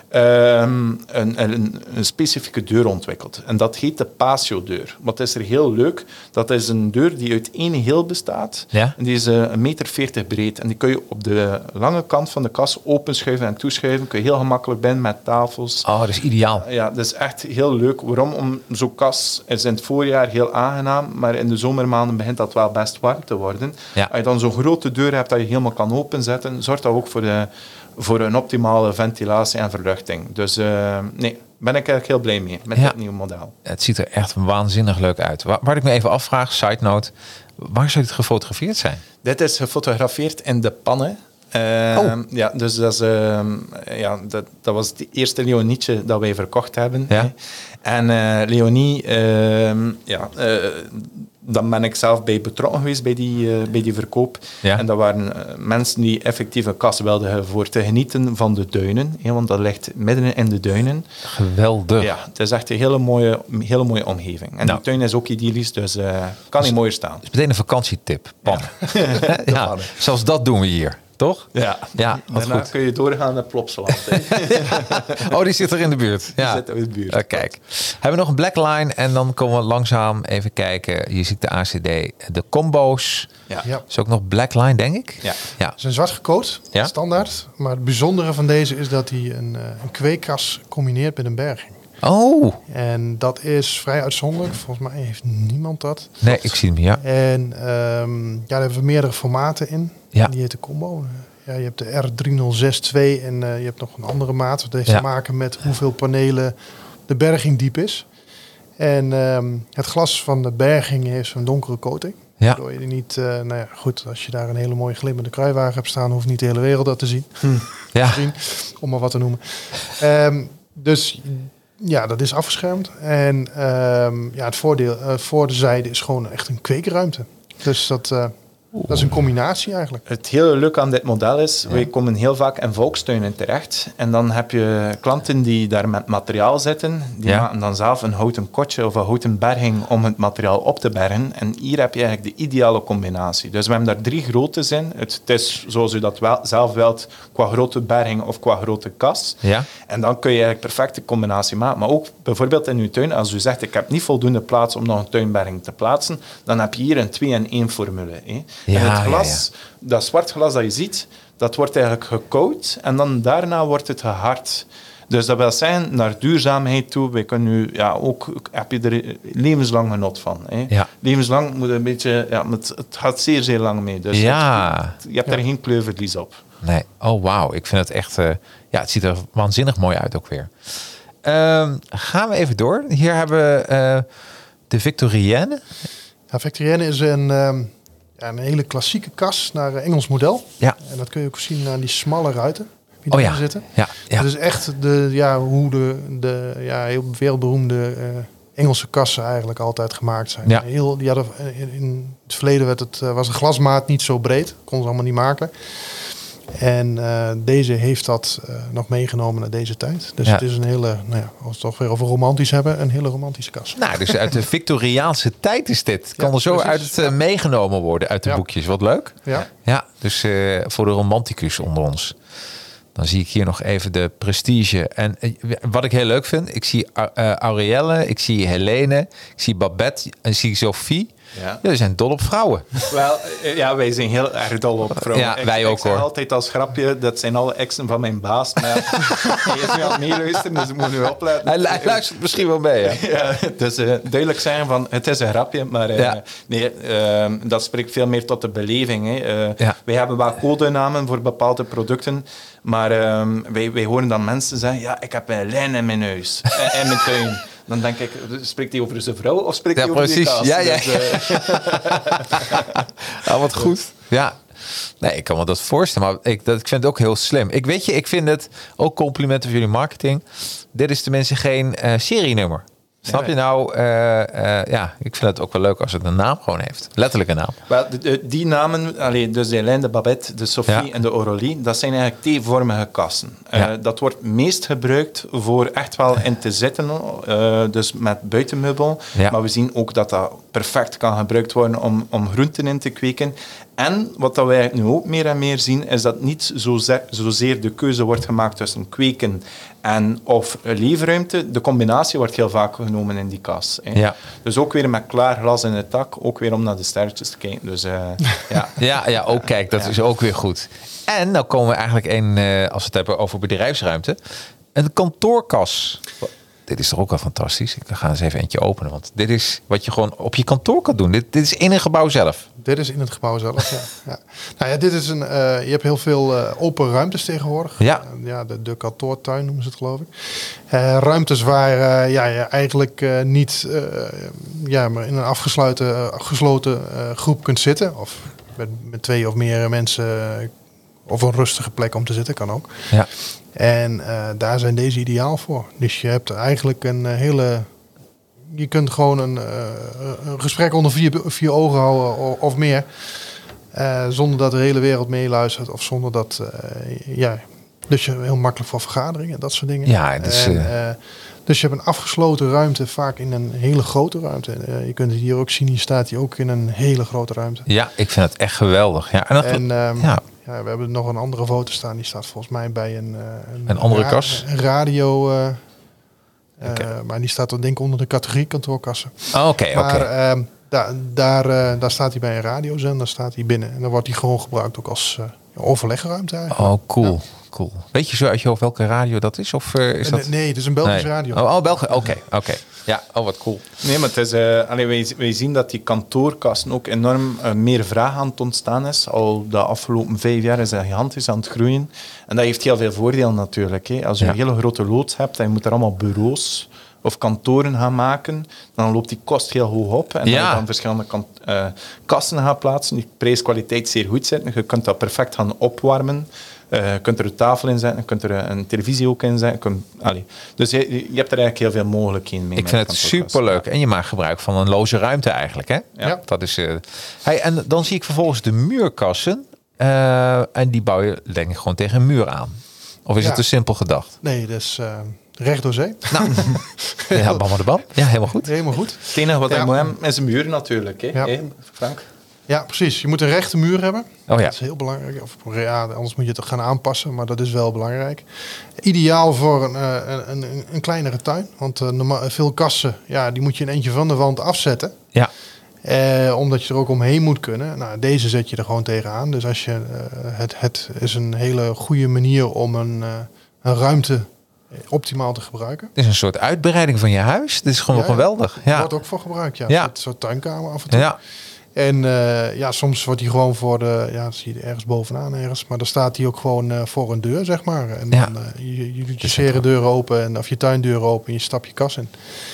een specifieke deur ontwikkeld. En dat heet de patio-deur. Wat is er heel leuk? Dat is een deur die uit één heel bestaat. Ja. En die is 1,40 meter breed. En die kun je op de lange kant van de kast openschuiven en toeschuiven. Kun je heel gemakkelijk binnen met tafels. Oh, dat is ideaal. Ja, dat is echt heel leuk. Waarom? Om zo'n kas is in het voorjaar heel aangenaam, maar in de zomermaanden begint dat wel best warm te worden. Ja. Als je dan zo'n grote deur hebt dat je helemaal kan openzetten, zorgt dat ook voor een optimale ventilatie en verluchting. Dus nee, ben ik eigenlijk heel blij mee met dit nieuwe model. Het ziet er echt waanzinnig leuk uit. Waar ik me even afvraag, side note, waar zou dit gefotografeerd zijn? Dit is gefotografeerd in de pannen. Ja, dus dat, is, dat was het eerste Leonietje dat wij verkocht hebben. Ja. En Leonie, dan ben ik zelf bij betrokken geweest bij die verkoop. Ja. En dat waren mensen die effectief een kas wilden voor te genieten van de duinen. Want dat ligt midden in de duinen. Geweldig. Ja, het is echt een hele mooie omgeving. En de tuin is ook idyllisch, dus kan niet mooier staan. Dat is meteen een vakantietip. Pannen. Ja, zelfs dat doen we hier. Toch? Ja, wat daarna goed. kun je doorgaan naar Plopsaland. Oh, die zit er in de buurt. Ja. Die zit er in de buurt. Kijk. Hebben we nog een Blackline en dan komen we langzaam even kijken. Je ziet de ACD, de combo's. Ja. Is ook nog Blackline, denk ik? Ja. Ze zijn zwart gecoat, standaard. Maar het bijzondere van deze is dat hij een kweekkas combineert met een berging. Oh, En dat is vrij uitzonderlijk. Volgens mij heeft niemand dat. nee, ik zie hem, ja. En daar hebben we meerdere formaten in. Ja. Die heet de combo. Ja, je hebt de R3062 en je hebt nog een andere maat. Dat heeft Ja. te maken met hoeveel panelen de berging diep is. En het glas van de berging heeft een donkere coating. Ja. Waardoor je er niet, goed, als je daar een hele mooie glimmende kruiwagen hebt staan, hoeft niet de hele wereld dat te zien. Ja, Zien, om maar wat te noemen. Dus ja, dat is afgeschermd. En het voordeel voor de zijde is gewoon echt een kweekruimte. Dus dat is een combinatie eigenlijk. Het hele leuke aan dit model is, wij komen heel vaak in volkstuinen terecht. En dan heb je klanten die daar met materiaal zitten. Die Ja. maken dan zelf een houten kotje of een houten berging om het materiaal op te bergen. En hier heb je eigenlijk de ideale combinatie. Dus we hebben daar 3 groottes in. Het is zoals u dat zelf wilt, qua grote berging of qua grote kas. ja. En dan kun je eigenlijk perfecte combinatie maken. Maar ook bijvoorbeeld in uw tuin, als u zegt ik heb niet voldoende plaats om nog een tuinberging te plaatsen, dan heb je hier een 2-in-1 formule. Hè. Ja, en het ja, glas, dat zwart glas dat je ziet, dat wordt eigenlijk gekoud en dan daarna wordt het gehard. Dus dat wil zeggen, naar duurzaamheid toe, wij kunnen nu, heb je er levenslang genot van. Hè. Ja. Levenslang moet een beetje, het gaat zeer, zeer lang mee. Dus Ja. je hebt er geen kleurverlies op. Nee, oh wauw. Ik vind het echt... het ziet er waanzinnig mooi uit ook weer. Gaan we even door. Hier hebben we de Victorienne. Ja, Victorienne is een hele klassieke kas naar Engels model. Ja. En dat kun je ook zien aan die smalle ruiten die Oh erin ja. zitten. Ja, ja. Dat is echt hoe de heel wereldberoemde Engelse kassen eigenlijk altijd gemaakt zijn. Ja. Die hadden, in het verleden was de glasmaat niet zo breed. Kon ze allemaal niet maken. En deze heeft dat nog meegenomen naar deze tijd. Dus Ja. het is een hele, als we het toch weer over romantisch hebben, een hele romantische kas. Nou, dus uit de Victoriaanse tijd is dit. Kan Ja, er zo precies. uit meegenomen worden uit de Ja. boekjes. Wat leuk. Ja. Ja, dus voor de romanticus onder ons. Dan zie ik hier nog even de Prestige. En wat ik heel leuk vind, ik zie Aurielle, ik zie Helene, ik zie Babette en ik zie Sophie. Ja. Ja, we zijn dol op vrouwen. Wel, wij zijn heel erg dol op vrouwen. Ja, wij ook, ik zeg hoor. altijd als grapje, dat zijn alle exen van mijn baas. Maar hij is nu aan het meeluisteren, dus ik moet nu opletten. Hij luistert misschien wel mee, hè? Ja, dus duidelijk zeggen van, het is een grapje, maar Ja. dat spreekt veel meer tot de beleving. Hè. Ja. Wij hebben wel codenamen voor bepaalde producten, maar wij horen dan mensen zeggen, ja, ik heb een lijn in mijn huis, in mijn tuin. Dan denk ik, spreekt hij over zijn vrouw of spreekt Ja, hij over die precies. kast? Ja, ja. Dus, Nou, wat goed. Ja. Nee, ik kan me dat voorstellen, maar ik vind het ook heel slim. Ik vind het ook complimenten voor jullie marketing. Dit is tenminste geen serienummer. Snap je nou? Ik vind het ook wel leuk als het een naam gewoon heeft. Letterlijk een naam. Wel, die namen, dus de Helene, de Babette, de Sophie Ja. en de Aurélie, dat zijn eigenlijk T-vormige kassen. Ja. Dat wordt meest gebruikt voor echt wel in te zitten, dus met buitenmeubel. Ja. Maar we zien ook dat dat perfect kan gebruikt worden om groenten in te kweken. En wat dat wij nu ook meer en meer zien, is dat niet zozeer de keuze wordt gemaakt tussen kweken en of leefruimte. De combinatie wordt heel vaak genomen in die kas. Hè. Ja. Dus ook weer met klaar glas in het dak, ook weer om naar de sterretjes te kijken. Dus ja. Ja, ook kijk, dat is ook weer goed. En dan komen we eigenlijk als we het hebben over bedrijfsruimte. Een kantoorkas. Dit is toch ook wel fantastisch. Ik ga eens even eentje openen. Want dit is wat je gewoon op je kantoor kan doen. Dit is in een gebouw zelf. Dit is in het gebouw zelf, ja. Nou ja, dit is je hebt heel veel open ruimtes tegenwoordig. Ja. De kantoortuin noemen ze het, geloof ik. Ruimtes waar je eigenlijk niet maar in een gesloten groep kunt zitten. Of met 2 of meer mensen. Of een rustige plek om te zitten, kan ook. Ja. En daar zijn deze ideaal voor. Dus je hebt eigenlijk een hele... Je kunt gewoon een gesprek onder 4 ogen houden of meer. Zonder dat de hele wereld meeluistert. Of zonder dat... Dus je heel makkelijk voor vergaderingen en dat soort dingen. Ja, dus, dus je hebt een afgesloten ruimte, vaak in een hele grote ruimte. Je kunt het hier ook zien, hier staat hij ook in een hele grote ruimte. Ja, ik vind het echt geweldig. Ja, en dat, we hebben nog een andere foto staan. Die staat volgens mij bij een andere kas. Een radio. Maar die staat denk ik onder de categorie kantoorkassen. Oké. Daar staat hij bij een radiozender, staat hij binnen. En dan wordt hij gewoon gebruikt ook als overlegruimte eigenlijk. Oh, cool. Ja. Cool. Weet je zo uit je hoofd welke radio dat is? Of is dat... Nee, het is een Belgische radio. Oh, België. Oké. Ja, wat cool. Nee, maar het is, wij zien dat die kantoorkasten ook enorm meer vraag aan het ontstaan is. Al de afgelopen 5 jaar is dat gigantisch aan het groeien. En dat heeft heel veel voordelen natuurlijk. Hè. Als je een hele grote loods hebt en je moet er allemaal bureaus of kantoren gaan maken, dan loopt die kost heel hoog op. En als je dan verschillende kasten gaat plaatsen, die prijs-kwaliteit zeer goed zitten, je kunt dat perfect gaan opwarmen. Je kunt er een tafel in zetten, je kunt er een televisie ook in zetten. Dus je hebt er eigenlijk heel veel mogelijkheden mee. Ik vind het superleuk. En je maakt gebruik van een loze ruimte eigenlijk. Hè? Ja. Dat is, en dan zie ik vervolgens de muurkassen. En die bouw je denk ik gewoon tegen een muur aan. Of is het te simpel gedacht? Nee, dus recht door zee. Nou, ja, bam. Ja, helemaal goed. Helemaal goed. Het enige wat je moet hebben is een muur natuurlijk. Hè? Ja. Hè, Frank? Ja, precies. Je moet een rechte muur hebben. Oh ja. Dat is heel belangrijk. Of, anders moet je het gaan aanpassen, maar dat is wel belangrijk. Ideaal voor een kleinere tuin. Want veel kassen, die moet je een eentje van de wand afzetten. Ja. Omdat je er ook omheen moet kunnen. Nou, deze zet je er gewoon tegenaan. Dus als je, het is een hele goede manier om een ruimte optimaal te gebruiken. Het is een soort uitbreiding van je huis. Het is gewoon geweldig. Ja. Wordt ook voor gebruikt, ja. Ja. Een soort tuinkamer af en toe. Ja. En soms wordt hij gewoon voor dat zie je ergens bovenaan ergens. Maar dan staat hij ook gewoon voor een deur, zeg maar. En dan je doet je serendeur open of je tuindeur open en je stapt je kas in.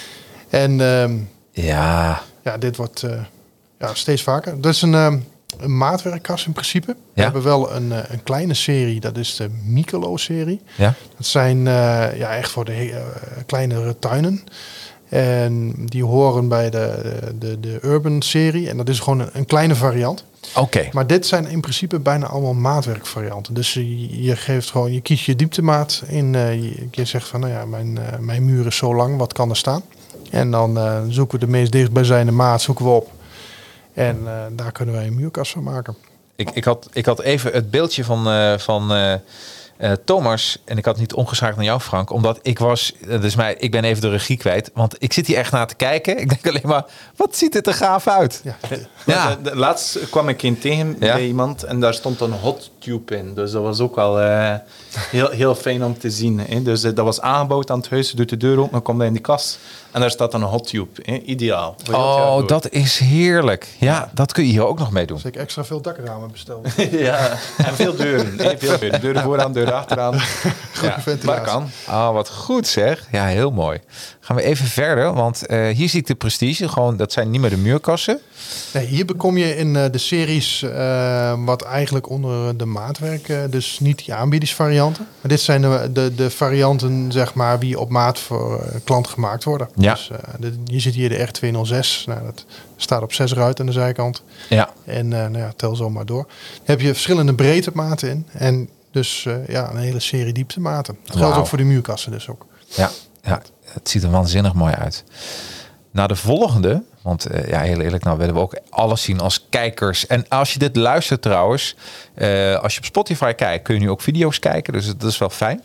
En dit wordt steeds vaker. Dat is een maatwerkkas in principe. We hebben wel een kleine serie, dat is de Mikelo-serie. Ja. Dat zijn echt voor de kleinere tuinen. En die horen bij de Urban-serie. En dat is gewoon een kleine variant. Oké. Maar dit zijn in principe bijna allemaal maatwerkvarianten. Dus je geeft gewoon, je kiest je dieptemaat in. Je zegt van, mijn muur is zo lang, wat kan er staan? En dan zoeken we de meest dichtbijzijnde maat zoeken we op. En daar kunnen wij een muurkast van maken. Ik had even het beeldje van Thomas, en ik had niet omgeschakeld naar jou, Frank, omdat ik ben even de regie kwijt, want ik zit hier echt naar te kijken. Ik denk alleen maar, wat ziet het er gaaf uit? Ja. Laatst kwam ik een tegen bij iemand en daar stond een hot tube in. Dus dat was ook wel heel fijn om te zien. Hè. Dus dat was aangebouwd aan het huis. Je doet de deur open, dan komt hij in die kast en daar staat dan een hot tube. Hè. Ideaal. Oh, dat is heerlijk. Ja, dat kun je hier ook nog mee doen. Dus ik extra veel dakramen besteld. Ja, en veel deuren. Hè. Veel deuren. Deuren vooraan, deuren achteraan. Maar kan. Ah, wat goed zeg. Ja, heel mooi. Gaan we even verder, want hier zie ik de Prestige. Gewoon, dat zijn niet meer de muurkassen. Nee, hier bekom je in de series wat eigenlijk onder de maatwerk, dus niet die aanbiedingsvarianten. Maar dit zijn de varianten, zeg maar, die op maat voor klant gemaakt worden. Ja. Dus je ziet hier de R206. Nou, dat staat op 6 ruiten aan de zijkant. Ja. En tel zo maar door. Dan heb je verschillende breedtematen in. En dus een hele serie dieptematen. Dat geldt ook voor de muurkassen dus ook. Ja, het ziet er waanzinnig mooi uit. Nou, de volgende, want heel eerlijk, nou willen we ook alles zien als kijkers. En als je dit luistert trouwens, als je op Spotify kijkt, kun je nu ook video's kijken. Dus dat is wel fijn.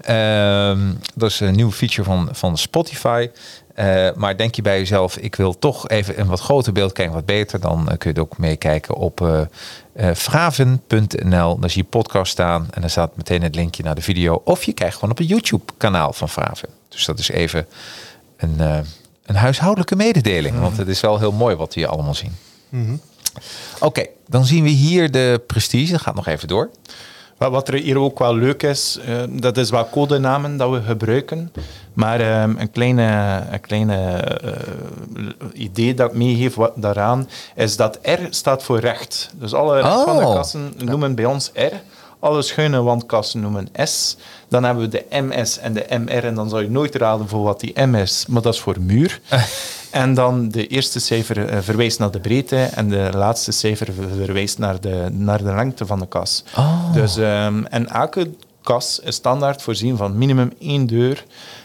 Dat is een nieuwe feature van Spotify. Maar denk je bij jezelf, ik wil toch even een wat groter beeld kijken, wat beter, dan kun je het ook meekijken op Fraven.nl. Daar zie je podcast staan en daar staat meteen het linkje naar de video. Of je kijkt gewoon op het YouTube-kanaal van Fraven. Dus dat is even een huishoudelijke mededeling. Want het is wel heel mooi wat we hier allemaal zien. Mm-hmm. Oké, dan zien we hier de Prestige. Dat gaat nog even door. Wat er hier ook wel leuk is, dat is wel codenamen dat we gebruiken. Maar een kleine idee dat ik meegeef daaraan, is dat R staat voor recht. Dus alle rechtwandelkassen noemen bij ons R. Alle schuine wandkassen noemen S. Dan hebben we de MS en de MR. En dan zou je nooit raden voor wat die M is. Maar dat is voor muur. En dan de eerste cijfer verwijst naar de breedte. En de laatste cijfer verwijst naar de lengte van de kas. Oh. Dus, en elke kas is standaard voorzien van minimum 1 deur.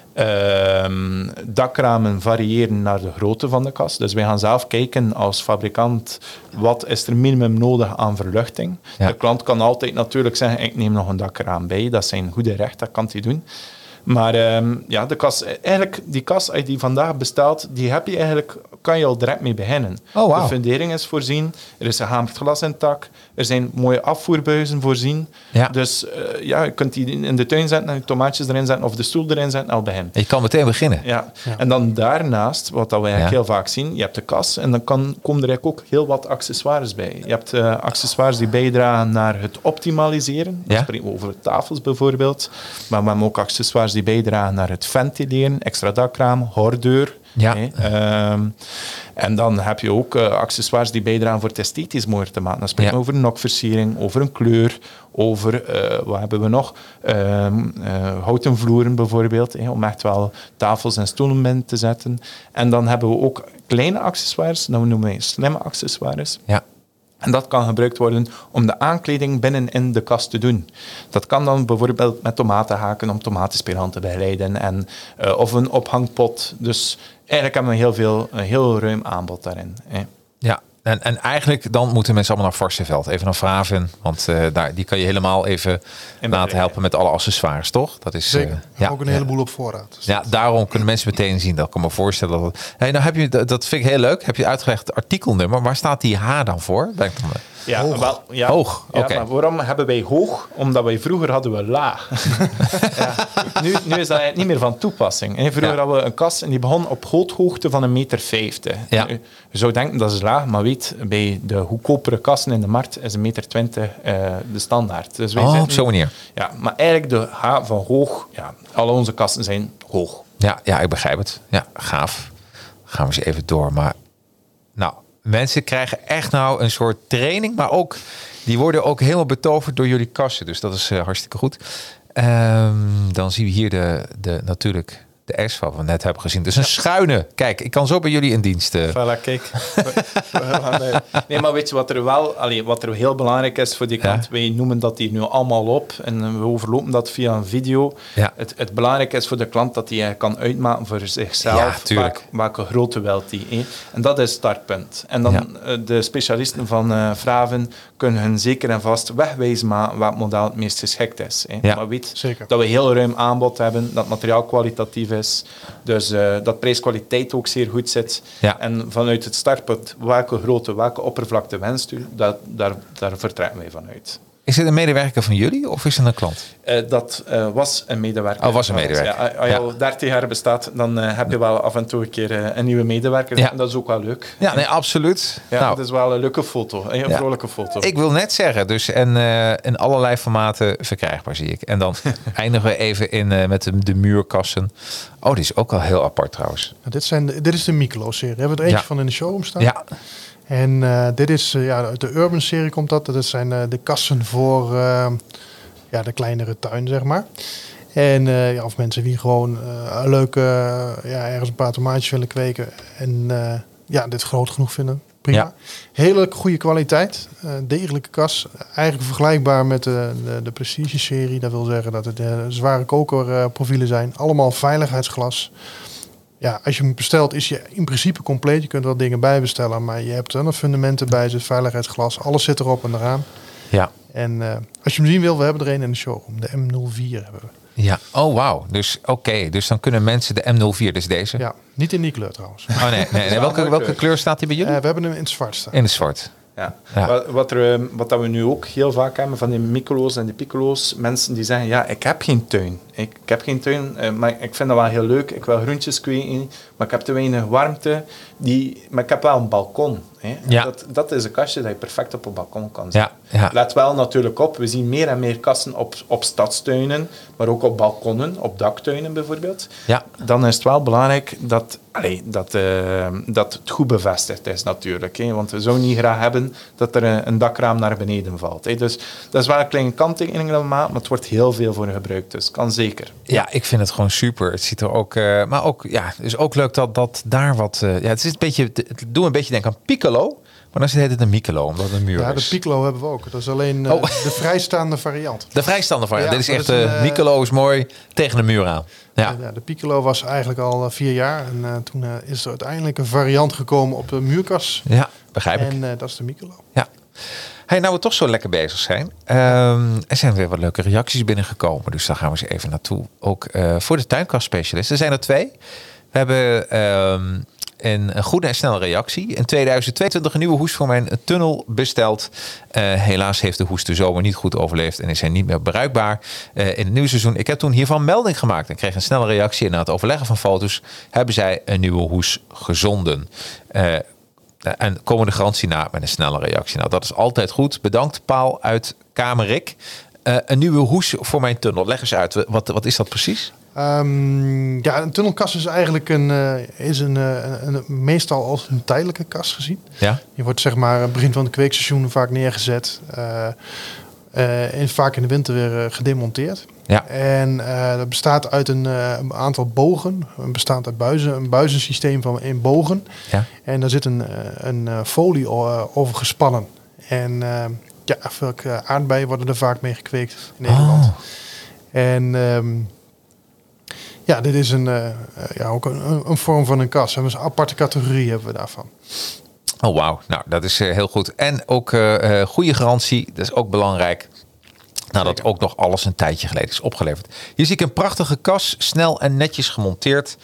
Dakramen variëren naar de grootte van de kas. Dus wij gaan zelf kijken als fabrikant wat is er minimum nodig aan verluchting. Ja. De klant kan altijd natuurlijk zeggen, ik neem nog een dakraam bij. Dat is zijn goede recht, dat kan hij doen. Maar de kas, eigenlijk die kas, als je die vandaag bestelt, die heb je eigenlijk, kan je al direct mee beginnen. Oh, wauw. De fundering is voorzien, er is gehamerd glas in het dak, er zijn mooie afvoerbuizen voorzien. Ja. Dus je kunt die in de tuin zetten en je tomaatjes erin zetten of de stoel erin zetten en al beginnen. Je kan meteen beginnen. Ja. En dan daarnaast, wat dat we eigenlijk heel vaak zien, je hebt de kas en dan komen er eigenlijk ook heel wat accessoires bij. Je hebt accessoires die bijdragen naar het optimaliseren. Ja. We spreken over tafels bijvoorbeeld. Maar we hebben ook accessoires die bijdragen naar het ventileren, extra dakraam, hordeur. Ja. En dan heb je ook accessoires die bijdragen voor het esthetisch mooier te maken. Dan spreken we over een nokversiering, over een kleur, over, wat hebben we nog? Houten vloeren bijvoorbeeld, om echt wel tafels en stoelen in te zetten. En dan hebben we ook kleine accessoires, dat noemen wij slimme accessoires. Ja. En dat kan gebruikt worden om de aankleding binnenin de kast te doen. Dat kan dan bijvoorbeeld met tomatenhaken om tomatenspiraal te begeleiden. Of een ophangpot. Dus eigenlijk hebben we een heel ruim aanbod daarin. Ja, en eigenlijk dan moeten mensen allemaal naar Varsseveld. Even naar Vraven, want die kan je helemaal even laten helpen met alle accessoires, toch? Dat is Zeker. Ook een heleboel op voorraad. Dus ja, daarom kunnen mensen meteen zien. Dat kan me voorstellen. Nou heb je, dat vind ik heel leuk. Heb je uitgelegd het artikelnummer. Waar staat die H dan voor? Ja, hoog. Hoog. Ja, Okay. Maar waarom hebben wij hoog? Omdat wij vroeger hadden we laag. Nu is dat eigenlijk niet meer van toepassing. Vroeger hadden we een kast en die begon op goothoogte van 1,50 meter. Ja. Je zou denken dat is laag, maar weet, bij de goedkopere kasten in de markt is 1,20 meter de standaard. Dus wij op zo'n manier. Ja, maar eigenlijk de H van hoog, alle onze kasten zijn hoog. Ja, ik begrijp het. Ja, gaaf. Gaan we eens even door. Maar nou, mensen krijgen echt nou een soort training, maar ook die worden ook helemaal betoverd door jullie kassen. Dus dat is hartstikke goed. Dan zien we hier natuurlijk de S wat we net hebben gezien. Dus een schuine. Kijk, ik kan zo bij jullie in dienst. Voilà, kijk. Nee, maar weet je wat er heel belangrijk is voor die kant? Wij noemen dat hier nu allemaal op en we overlopen dat via een video. Ja. Het belangrijke is voor de klant dat hij kan uitmaken voor zichzelf welke grootte wilt hij. En dat is het startpunt. En dan de specialisten van Vraven kunnen hun zeker en vast wegwijzen maken welk model het meest geschikt is. Ja. Maar weet Zeker. dat we heel ruim aanbod hebben, dat materiaal kwalitatief is. Dus dat prijs-kwaliteit ook zeer goed zit. Ja. En vanuit het startpunt, welke grootte, welke oppervlakte wenst u, daar vertrekken wij vanuit. Is het een medewerker van jullie of is het een klant? Dat was een medewerker. Was een medewerker. Ja, als je al 30 jaar bestaat, dan heb je wel af en toe een keer een nieuwe medewerker. Ja. En dat is ook wel leuk. Ja, nee, absoluut. Ja, nou, dat is wel een leuke foto. Een vrolijke foto. Ik wil net zeggen, dus in allerlei formaten verkrijgbaar zie ik. En dan eindigen we even met de muurkassen. Oh, die is ook al heel apart trouwens. Dit is de Mikelo-serie. We hebben er eentje van in de showroom staan. Ja. En dit is uit de Urban-serie komt dat. Dat zijn de kassen voor de kleinere tuin, zeg maar. En of mensen die gewoon leuk ergens een paar tomaatjes willen kweken. En dit groot genoeg vinden. Prima. Ja. Hele goede kwaliteit. Degelijke kas. Eigenlijk vergelijkbaar met de Prestige-serie. Dat wil zeggen dat het zware kokerprofielen zijn. Allemaal veiligheidsglas. Ja, als je hem bestelt is je in principe compleet. Je kunt wel dingen bijbestellen, maar je hebt er nog fundamenten bij, zit veiligheidsglas. Alles zit erop en eraan. Ja. En als je hem zien wil, we hebben er een in de showroom. De M04 hebben we. Ja, oh wauw. Dus dus dan kunnen mensen de M04, dus deze. Ja, niet in die kleur trouwens. Oh nee. Welke kleur staat die bij jullie? We hebben hem in het zwart staan. In het zwart. Ja. Ja. Wat dat we nu ook heel vaak hebben van die Michelo's en de Piccolo's, mensen die zeggen, ik heb geen tuin. Ik heb geen tuin, maar ik vind dat wel heel leuk. Ik wil groentjes kweken, maar ik heb te weinig warmte. Maar ik heb wel een balkon. Ja. Dat is een kastje dat je perfect op een balkon kan zetten. Ja. Let wel natuurlijk op, we zien meer en meer kasten op stadstuinen, maar ook op balkonnen, op daktuinen bijvoorbeeld. Ja. Dan is het wel belangrijk dat het goed bevestigd is natuurlijk. Want we zouden niet graag hebben dat er een dakraam naar beneden valt. Dus dat is wel een kleine kanttekening dat we maken, maar het wordt heel veel voor gebruikt. Dus kan zeker. Ja, ik vind het gewoon super. Het ziet er ook... maar ook, het is ook leuk dat daar wat... het is een beetje... Het doet een beetje denken aan Piccolo. Maar dan heet het een Michelo, omdat het een muur is. Ja, de Piccolo hebben we ook. Dat is alleen de vrijstaande variant. De vrijstaande variant. Ja, dit is dat echt... Michelo is mooi tegen de muur aan. Ja. De Piccolo was eigenlijk al 4 jaar. En toen is er uiteindelijk een variant gekomen op de muurkas. Ja, begrijp ik. En dat is de Michelo. Ja. Hey, nou we toch zo lekker bezig zijn. Er zijn weer wat leuke reacties binnengekomen. Dus daar gaan we eens even naartoe. Ook voor de tuinkastspecialisten. Er zijn er 2. We hebben een goede en snelle reactie. In 2022 een nieuwe hoes voor mijn tunnel besteld. Helaas heeft de hoes de zomer niet goed overleefd en is hij niet meer bruikbaar in het nieuwe seizoen. Ik heb toen hiervan melding gemaakt en kreeg een snelle reactie. En na het overleggen van foto's hebben zij een nieuwe hoes gezonden. En komen de garantie na met een snelle reactie. Nou, dat is altijd goed. Bedankt, Paul uit Kamerik. Een nieuwe hoes voor mijn tunnel. Leg eens uit, wat is dat precies? Een tunnelkast is eigenlijk meestal als een tijdelijke kast gezien. Ja? Die wordt zeg maar begin van het kweekseizoen vaak neergezet. En vaak in de winter weer gedemonteerd. Ja. En dat bestaat uit een aantal bogen. Het bestaat uit een buizensysteem van in bogen. Ja. En daar zit een folie over gespannen. En welke aardbeien worden er vaak mee gekweekt in Nederland. En dit is ook een vorm van een kast. Een aparte categorie hebben we daarvan. Oh, wauw. Nou, dat is heel goed. En ook goede garantie. Dat is ook belangrijk. Nadat ook nog alles een tijdje geleden is opgeleverd. Hier zie ik een prachtige kas. Snel en netjes gemonteerd.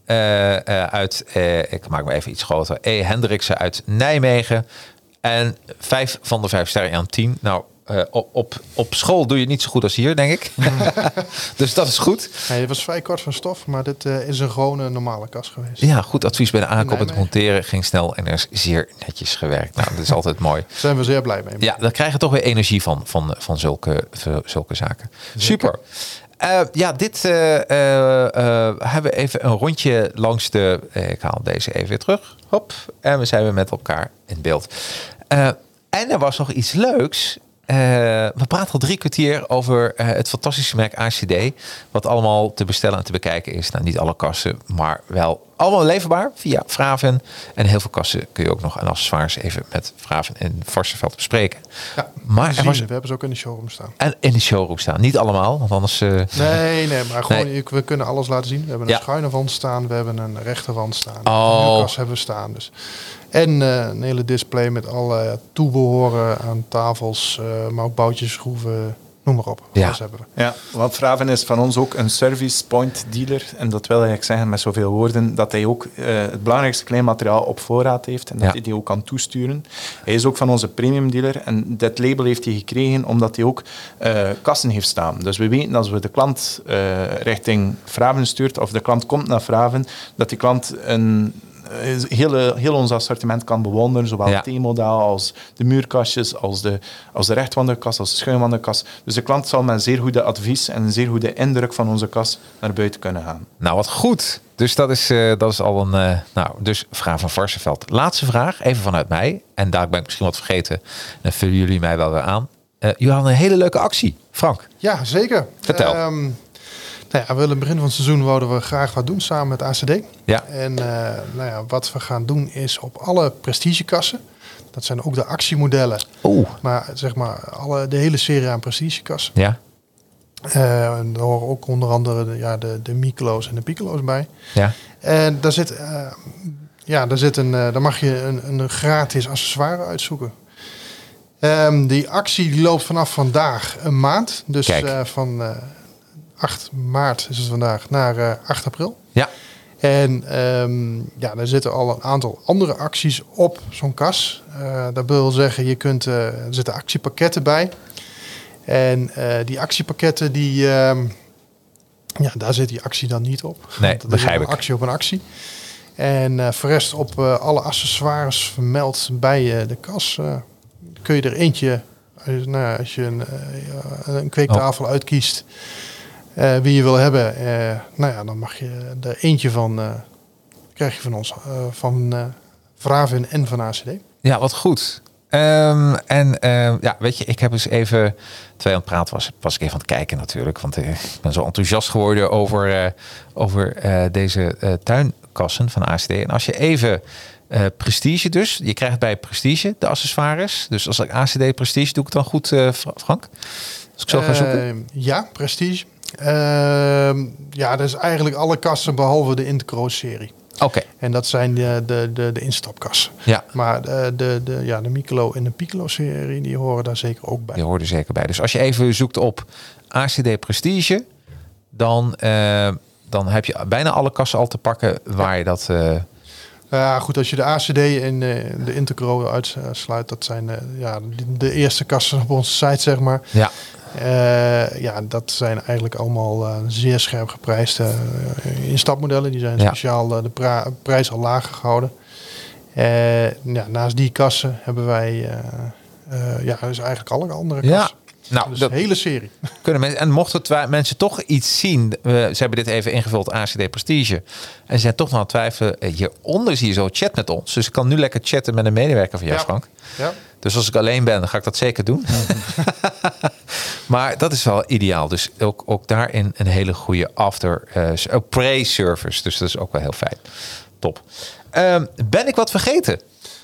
Ik maak me even iets groter. E. Hendriksen uit Nijmegen. En 5 van de 5 sterren aan 10. Nou, op school doe je het niet zo goed als hier, denk ik. Dus dat is goed. Ja, het was vrij kort van stof, maar dit is een gewone normale kast geweest. Ja, goed advies bij de aankoop. Het monteren ging snel en er is zeer netjes gewerkt. Nou, dat is altijd mooi. Daar zijn we zeer blij mee. Ja, daar krijg je toch weer energie van zulke zaken. Super. Dit hebben we even een rondje langs de... ik haal deze even weer terug. Hop. En we zijn weer met elkaar in beeld. En er was nog iets leuks. We praten al 3 kwartier over het fantastische merk ACD. Wat allemaal te bestellen en te bekijken is. Nou, niet alle kassen, maar wel allemaal leverbaar via Vraven. En heel veel kassen kun je ook nog aan accessoires even met Vraven en Varsseveld bespreken. Ja, maar we hebben ze ook in de showroom staan. En in de showroom staan. Niet allemaal, want anders... Nee, maar gewoon, we kunnen alles laten zien. We hebben een schuine wand staan, we hebben een rechte wand staan. Een kast hebben we staan, dus... En een hele display met alle toebehoren aan tafels, maar ook boutjes, schroeven, noem maar op. Ja. Alles hebben we. Ja, want Vraven is van ons ook een service point dealer. En dat wil eigenlijk zeggen met zoveel woorden dat hij ook het belangrijkste kleinmateriaal op voorraad heeft. En dat hij die ook kan toesturen. Hij is ook van onze premium dealer. En dat label heeft hij gekregen omdat hij ook kassen heeft staan. Dus we weten als we de klant richting Vraven stuurt, of de klant komt naar Vraven, dat die klant heel ons assortiment kan bewonderen. Zowel het T-modaal als de muurkastjes, als de rechtwandelkast, als de schuinwandelkast. Dus de klant zal met een zeer goede advies en een zeer goede indruk van onze kast naar buiten kunnen gaan. Nou, wat goed. Dus dat is al een... dus vraag van Varsseveld. Laatste vraag, even vanuit mij. En daar ben ik misschien wat vergeten. Dan vullen jullie mij wel weer aan. Jullie hadden een hele leuke actie. Frank. Ja, zeker. Vertel. We willen in het begin van het seizoen wouden we graag wat doen samen met ACD. Ja. En wat we gaan doen is op alle prestigekassen. Dat zijn ook de actiemodellen. Maar zeg maar de hele serie aan prestigekassen. Ja. En daar horen ook onder andere de Miklo's en de Piccolo's bij. Ja. En daar mag je een gratis accessoire uitzoeken. Die actie die loopt vanaf vandaag een maand. Dus van 8 maart is het vandaag naar 8 april. Ja. En daar zitten al een aantal andere acties op zo'n kas. Dat wil zeggen, er zitten actiepakketten bij. En die actiepakketten, daar zit die actie dan niet op. Nee, dat is een actie op een actie. En voor rest op alle accessoires vermeld bij de kas kun je er eentje, als je een kweektafel uitkiest, wie je wil hebben, dan mag je er eentje van, krijg je van ons, van Vraven en van ACD. Ja, wat goed. Weet je, ik heb eens even, terwijl aan het praten was ik even aan het kijken natuurlijk. Want ik ben zo enthousiast geworden over deze tuinkassen van ACD. En als je even Prestige dus, je krijgt bij Prestige de accessoires. Dus als ik ACD Prestige, doe ik het dan goed, Frank? Als ik zo ga zoeken? Ja, Prestige. Dat is eigenlijk alle kassen behalve de Intercross-serie. Oké. En dat zijn de instapkassen. Ja, Maar de Mikelo en de Piccolo-serie, die horen daar zeker ook bij. die hoort er zeker bij. Dus als je even zoekt op ACD Prestige, dan heb je bijna alle kassen al te pakken waar je dat... Goed, als je de ACD en de Intercro uitsluit, dat zijn de eerste kassen op onze site, zeg maar. Ja, Dat zijn eigenlijk allemaal zeer scherp geprijsde instapmodellen. Die zijn speciaal de prijs al lager gehouden. Naast die kassen hebben wij dus eigenlijk alle andere kassen. Nou, dus de hele serie. Kunnen mensen, en mochten mensen toch iets zien, ze hebben dit even ingevuld, ACD Prestige, en ze zijn toch nog aan het twijfelen, hieronder zie je zo chat met ons. Dus ik kan nu lekker chatten met een medewerker van jou, Frank. Ja. Dus als ik alleen ben, dan ga ik dat zeker doen. Maar dat is wel ideaal. Dus ook daarin een hele goede pre-service. Dus dat is ook wel heel fijn. Top. Ben ik wat vergeten?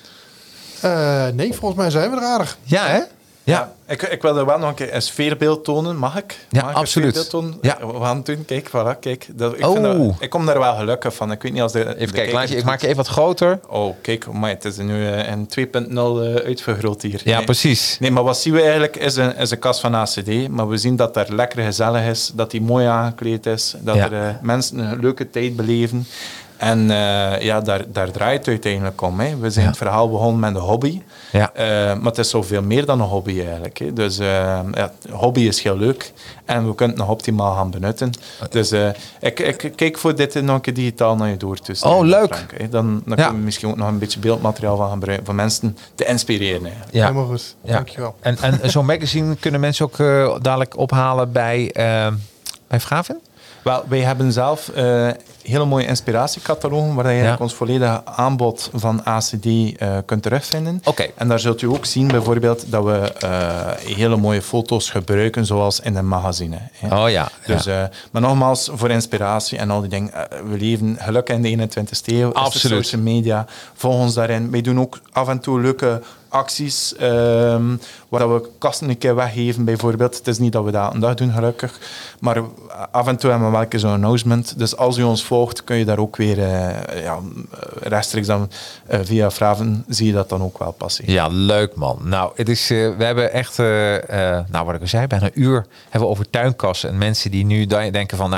Nee, volgens mij zijn we er aardig. Ja, hè? Ja. Ik wil er wel nog een keer een sfeerbeeld tonen. Mag ik? Ja, Mag ik absoluut. Een sfeerbeeld tonen? Ja. We gaan het doen. Kijk, voilà, kijk. Ik kom daar wel gelukkig van. Ik weet niet als de... Even kijken, Laantje, ik maak je even wat groter. Oh, kijk. Maar het is nu een 2.0 uitvergroot hier. Ja, Nee. precies. Nee, maar wat zien we eigenlijk is een kast van ACD. Maar we zien dat er lekker gezellig is. Dat die mooi aangekleed is. Dat er mensen een leuke tijd beleven. En daar draait het uiteindelijk om. Hè. We zijn het verhaal begonnen met een hobby. Ja. Maar het is zoveel meer dan een hobby eigenlijk. Hè. Dus hobby is heel leuk. En we kunnen het nog optimaal gaan benutten. Dus ik kijk voor dit nog een keer digitaal naar je door. Leuk. Frank, hè. Dan kunnen we misschien ook nog een beetje beeldmateriaal van gebruiken. Voor mensen te inspireren. Eigenlijk. Ja. Helemaal goed. Ja. Dankjewel. En zo'n magazine kunnen mensen ook dadelijk ophalen bij Fraven? Wel, wij hebben zelf hele mooie inspiratiecatalogen waar je eigenlijk ons volledige aanbod van ACD kunt terugvinden. Oké. En daar zult u ook zien bijvoorbeeld dat we hele mooie foto's gebruiken zoals in een magazine. Hè. Oh ja. Dus, maar nogmaals, voor inspiratie en al die dingen. We leven gelukkig in de 21ste eeuw. Absoluut. Social media, volg ons daarin. Wij doen ook af en toe leuke acties waar we kasten een keer weggeven bijvoorbeeld. Het is niet dat we dat een dag doen gelukkig, maar af en toe hebben we wel een keer zo'n announcement. Dus als u ons volgt, kun je daar ook weer rechtstreeks dan via Fraven zie je dat dan ook wel passeren. Ja, leuk man. Nou, het is, we hebben echt, wat ik al zei, bijna een uur hebben we over tuinkassen. En mensen die nu denken van,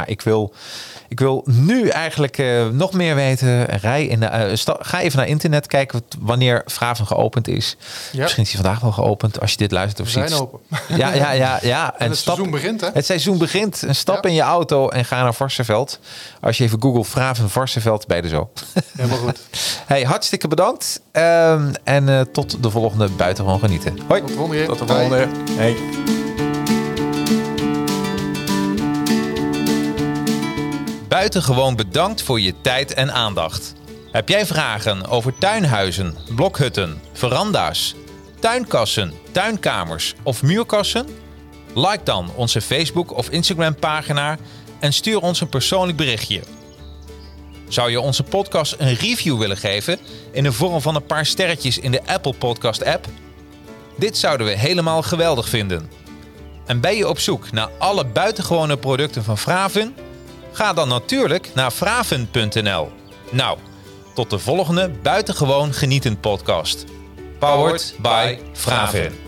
ik wil nu eigenlijk nog meer weten. Ga even naar internet kijken wanneer Fraven geopend is. Ja. Misschien is hij vandaag wel geopend als je dit luistert of ziet. We zijn open. Ja. En het seizoen begint, hè? Het seizoen begint. Stap in je auto en ga naar Varsseveld. Als je even googelt Fraven Varsseveld, ben je er zo. Helemaal goed. Hey, hartstikke bedankt. En tot de volgende Buitengewoon Genieten. Hoi. Tot de volgende keer. Tot de volgende. Hey. Buitengewoon bedankt voor je tijd en aandacht. Heb jij vragen over tuinhuizen, blokhutten, veranda's, tuinkassen, tuinkamers of muurkassen? Like dan onze Facebook of Instagram pagina en stuur ons een persoonlijk berichtje. Zou je onze podcast een review willen geven in de vorm van een paar sterretjes in de Apple Podcast app? Dit zouden we helemaal geweldig vinden. En ben je op zoek naar alle buitengewone producten van Fraven? Ga dan natuurlijk naar fraven.nl. Nou, tot de volgende Buitengewoon Genieten podcast. Powered by Fraven.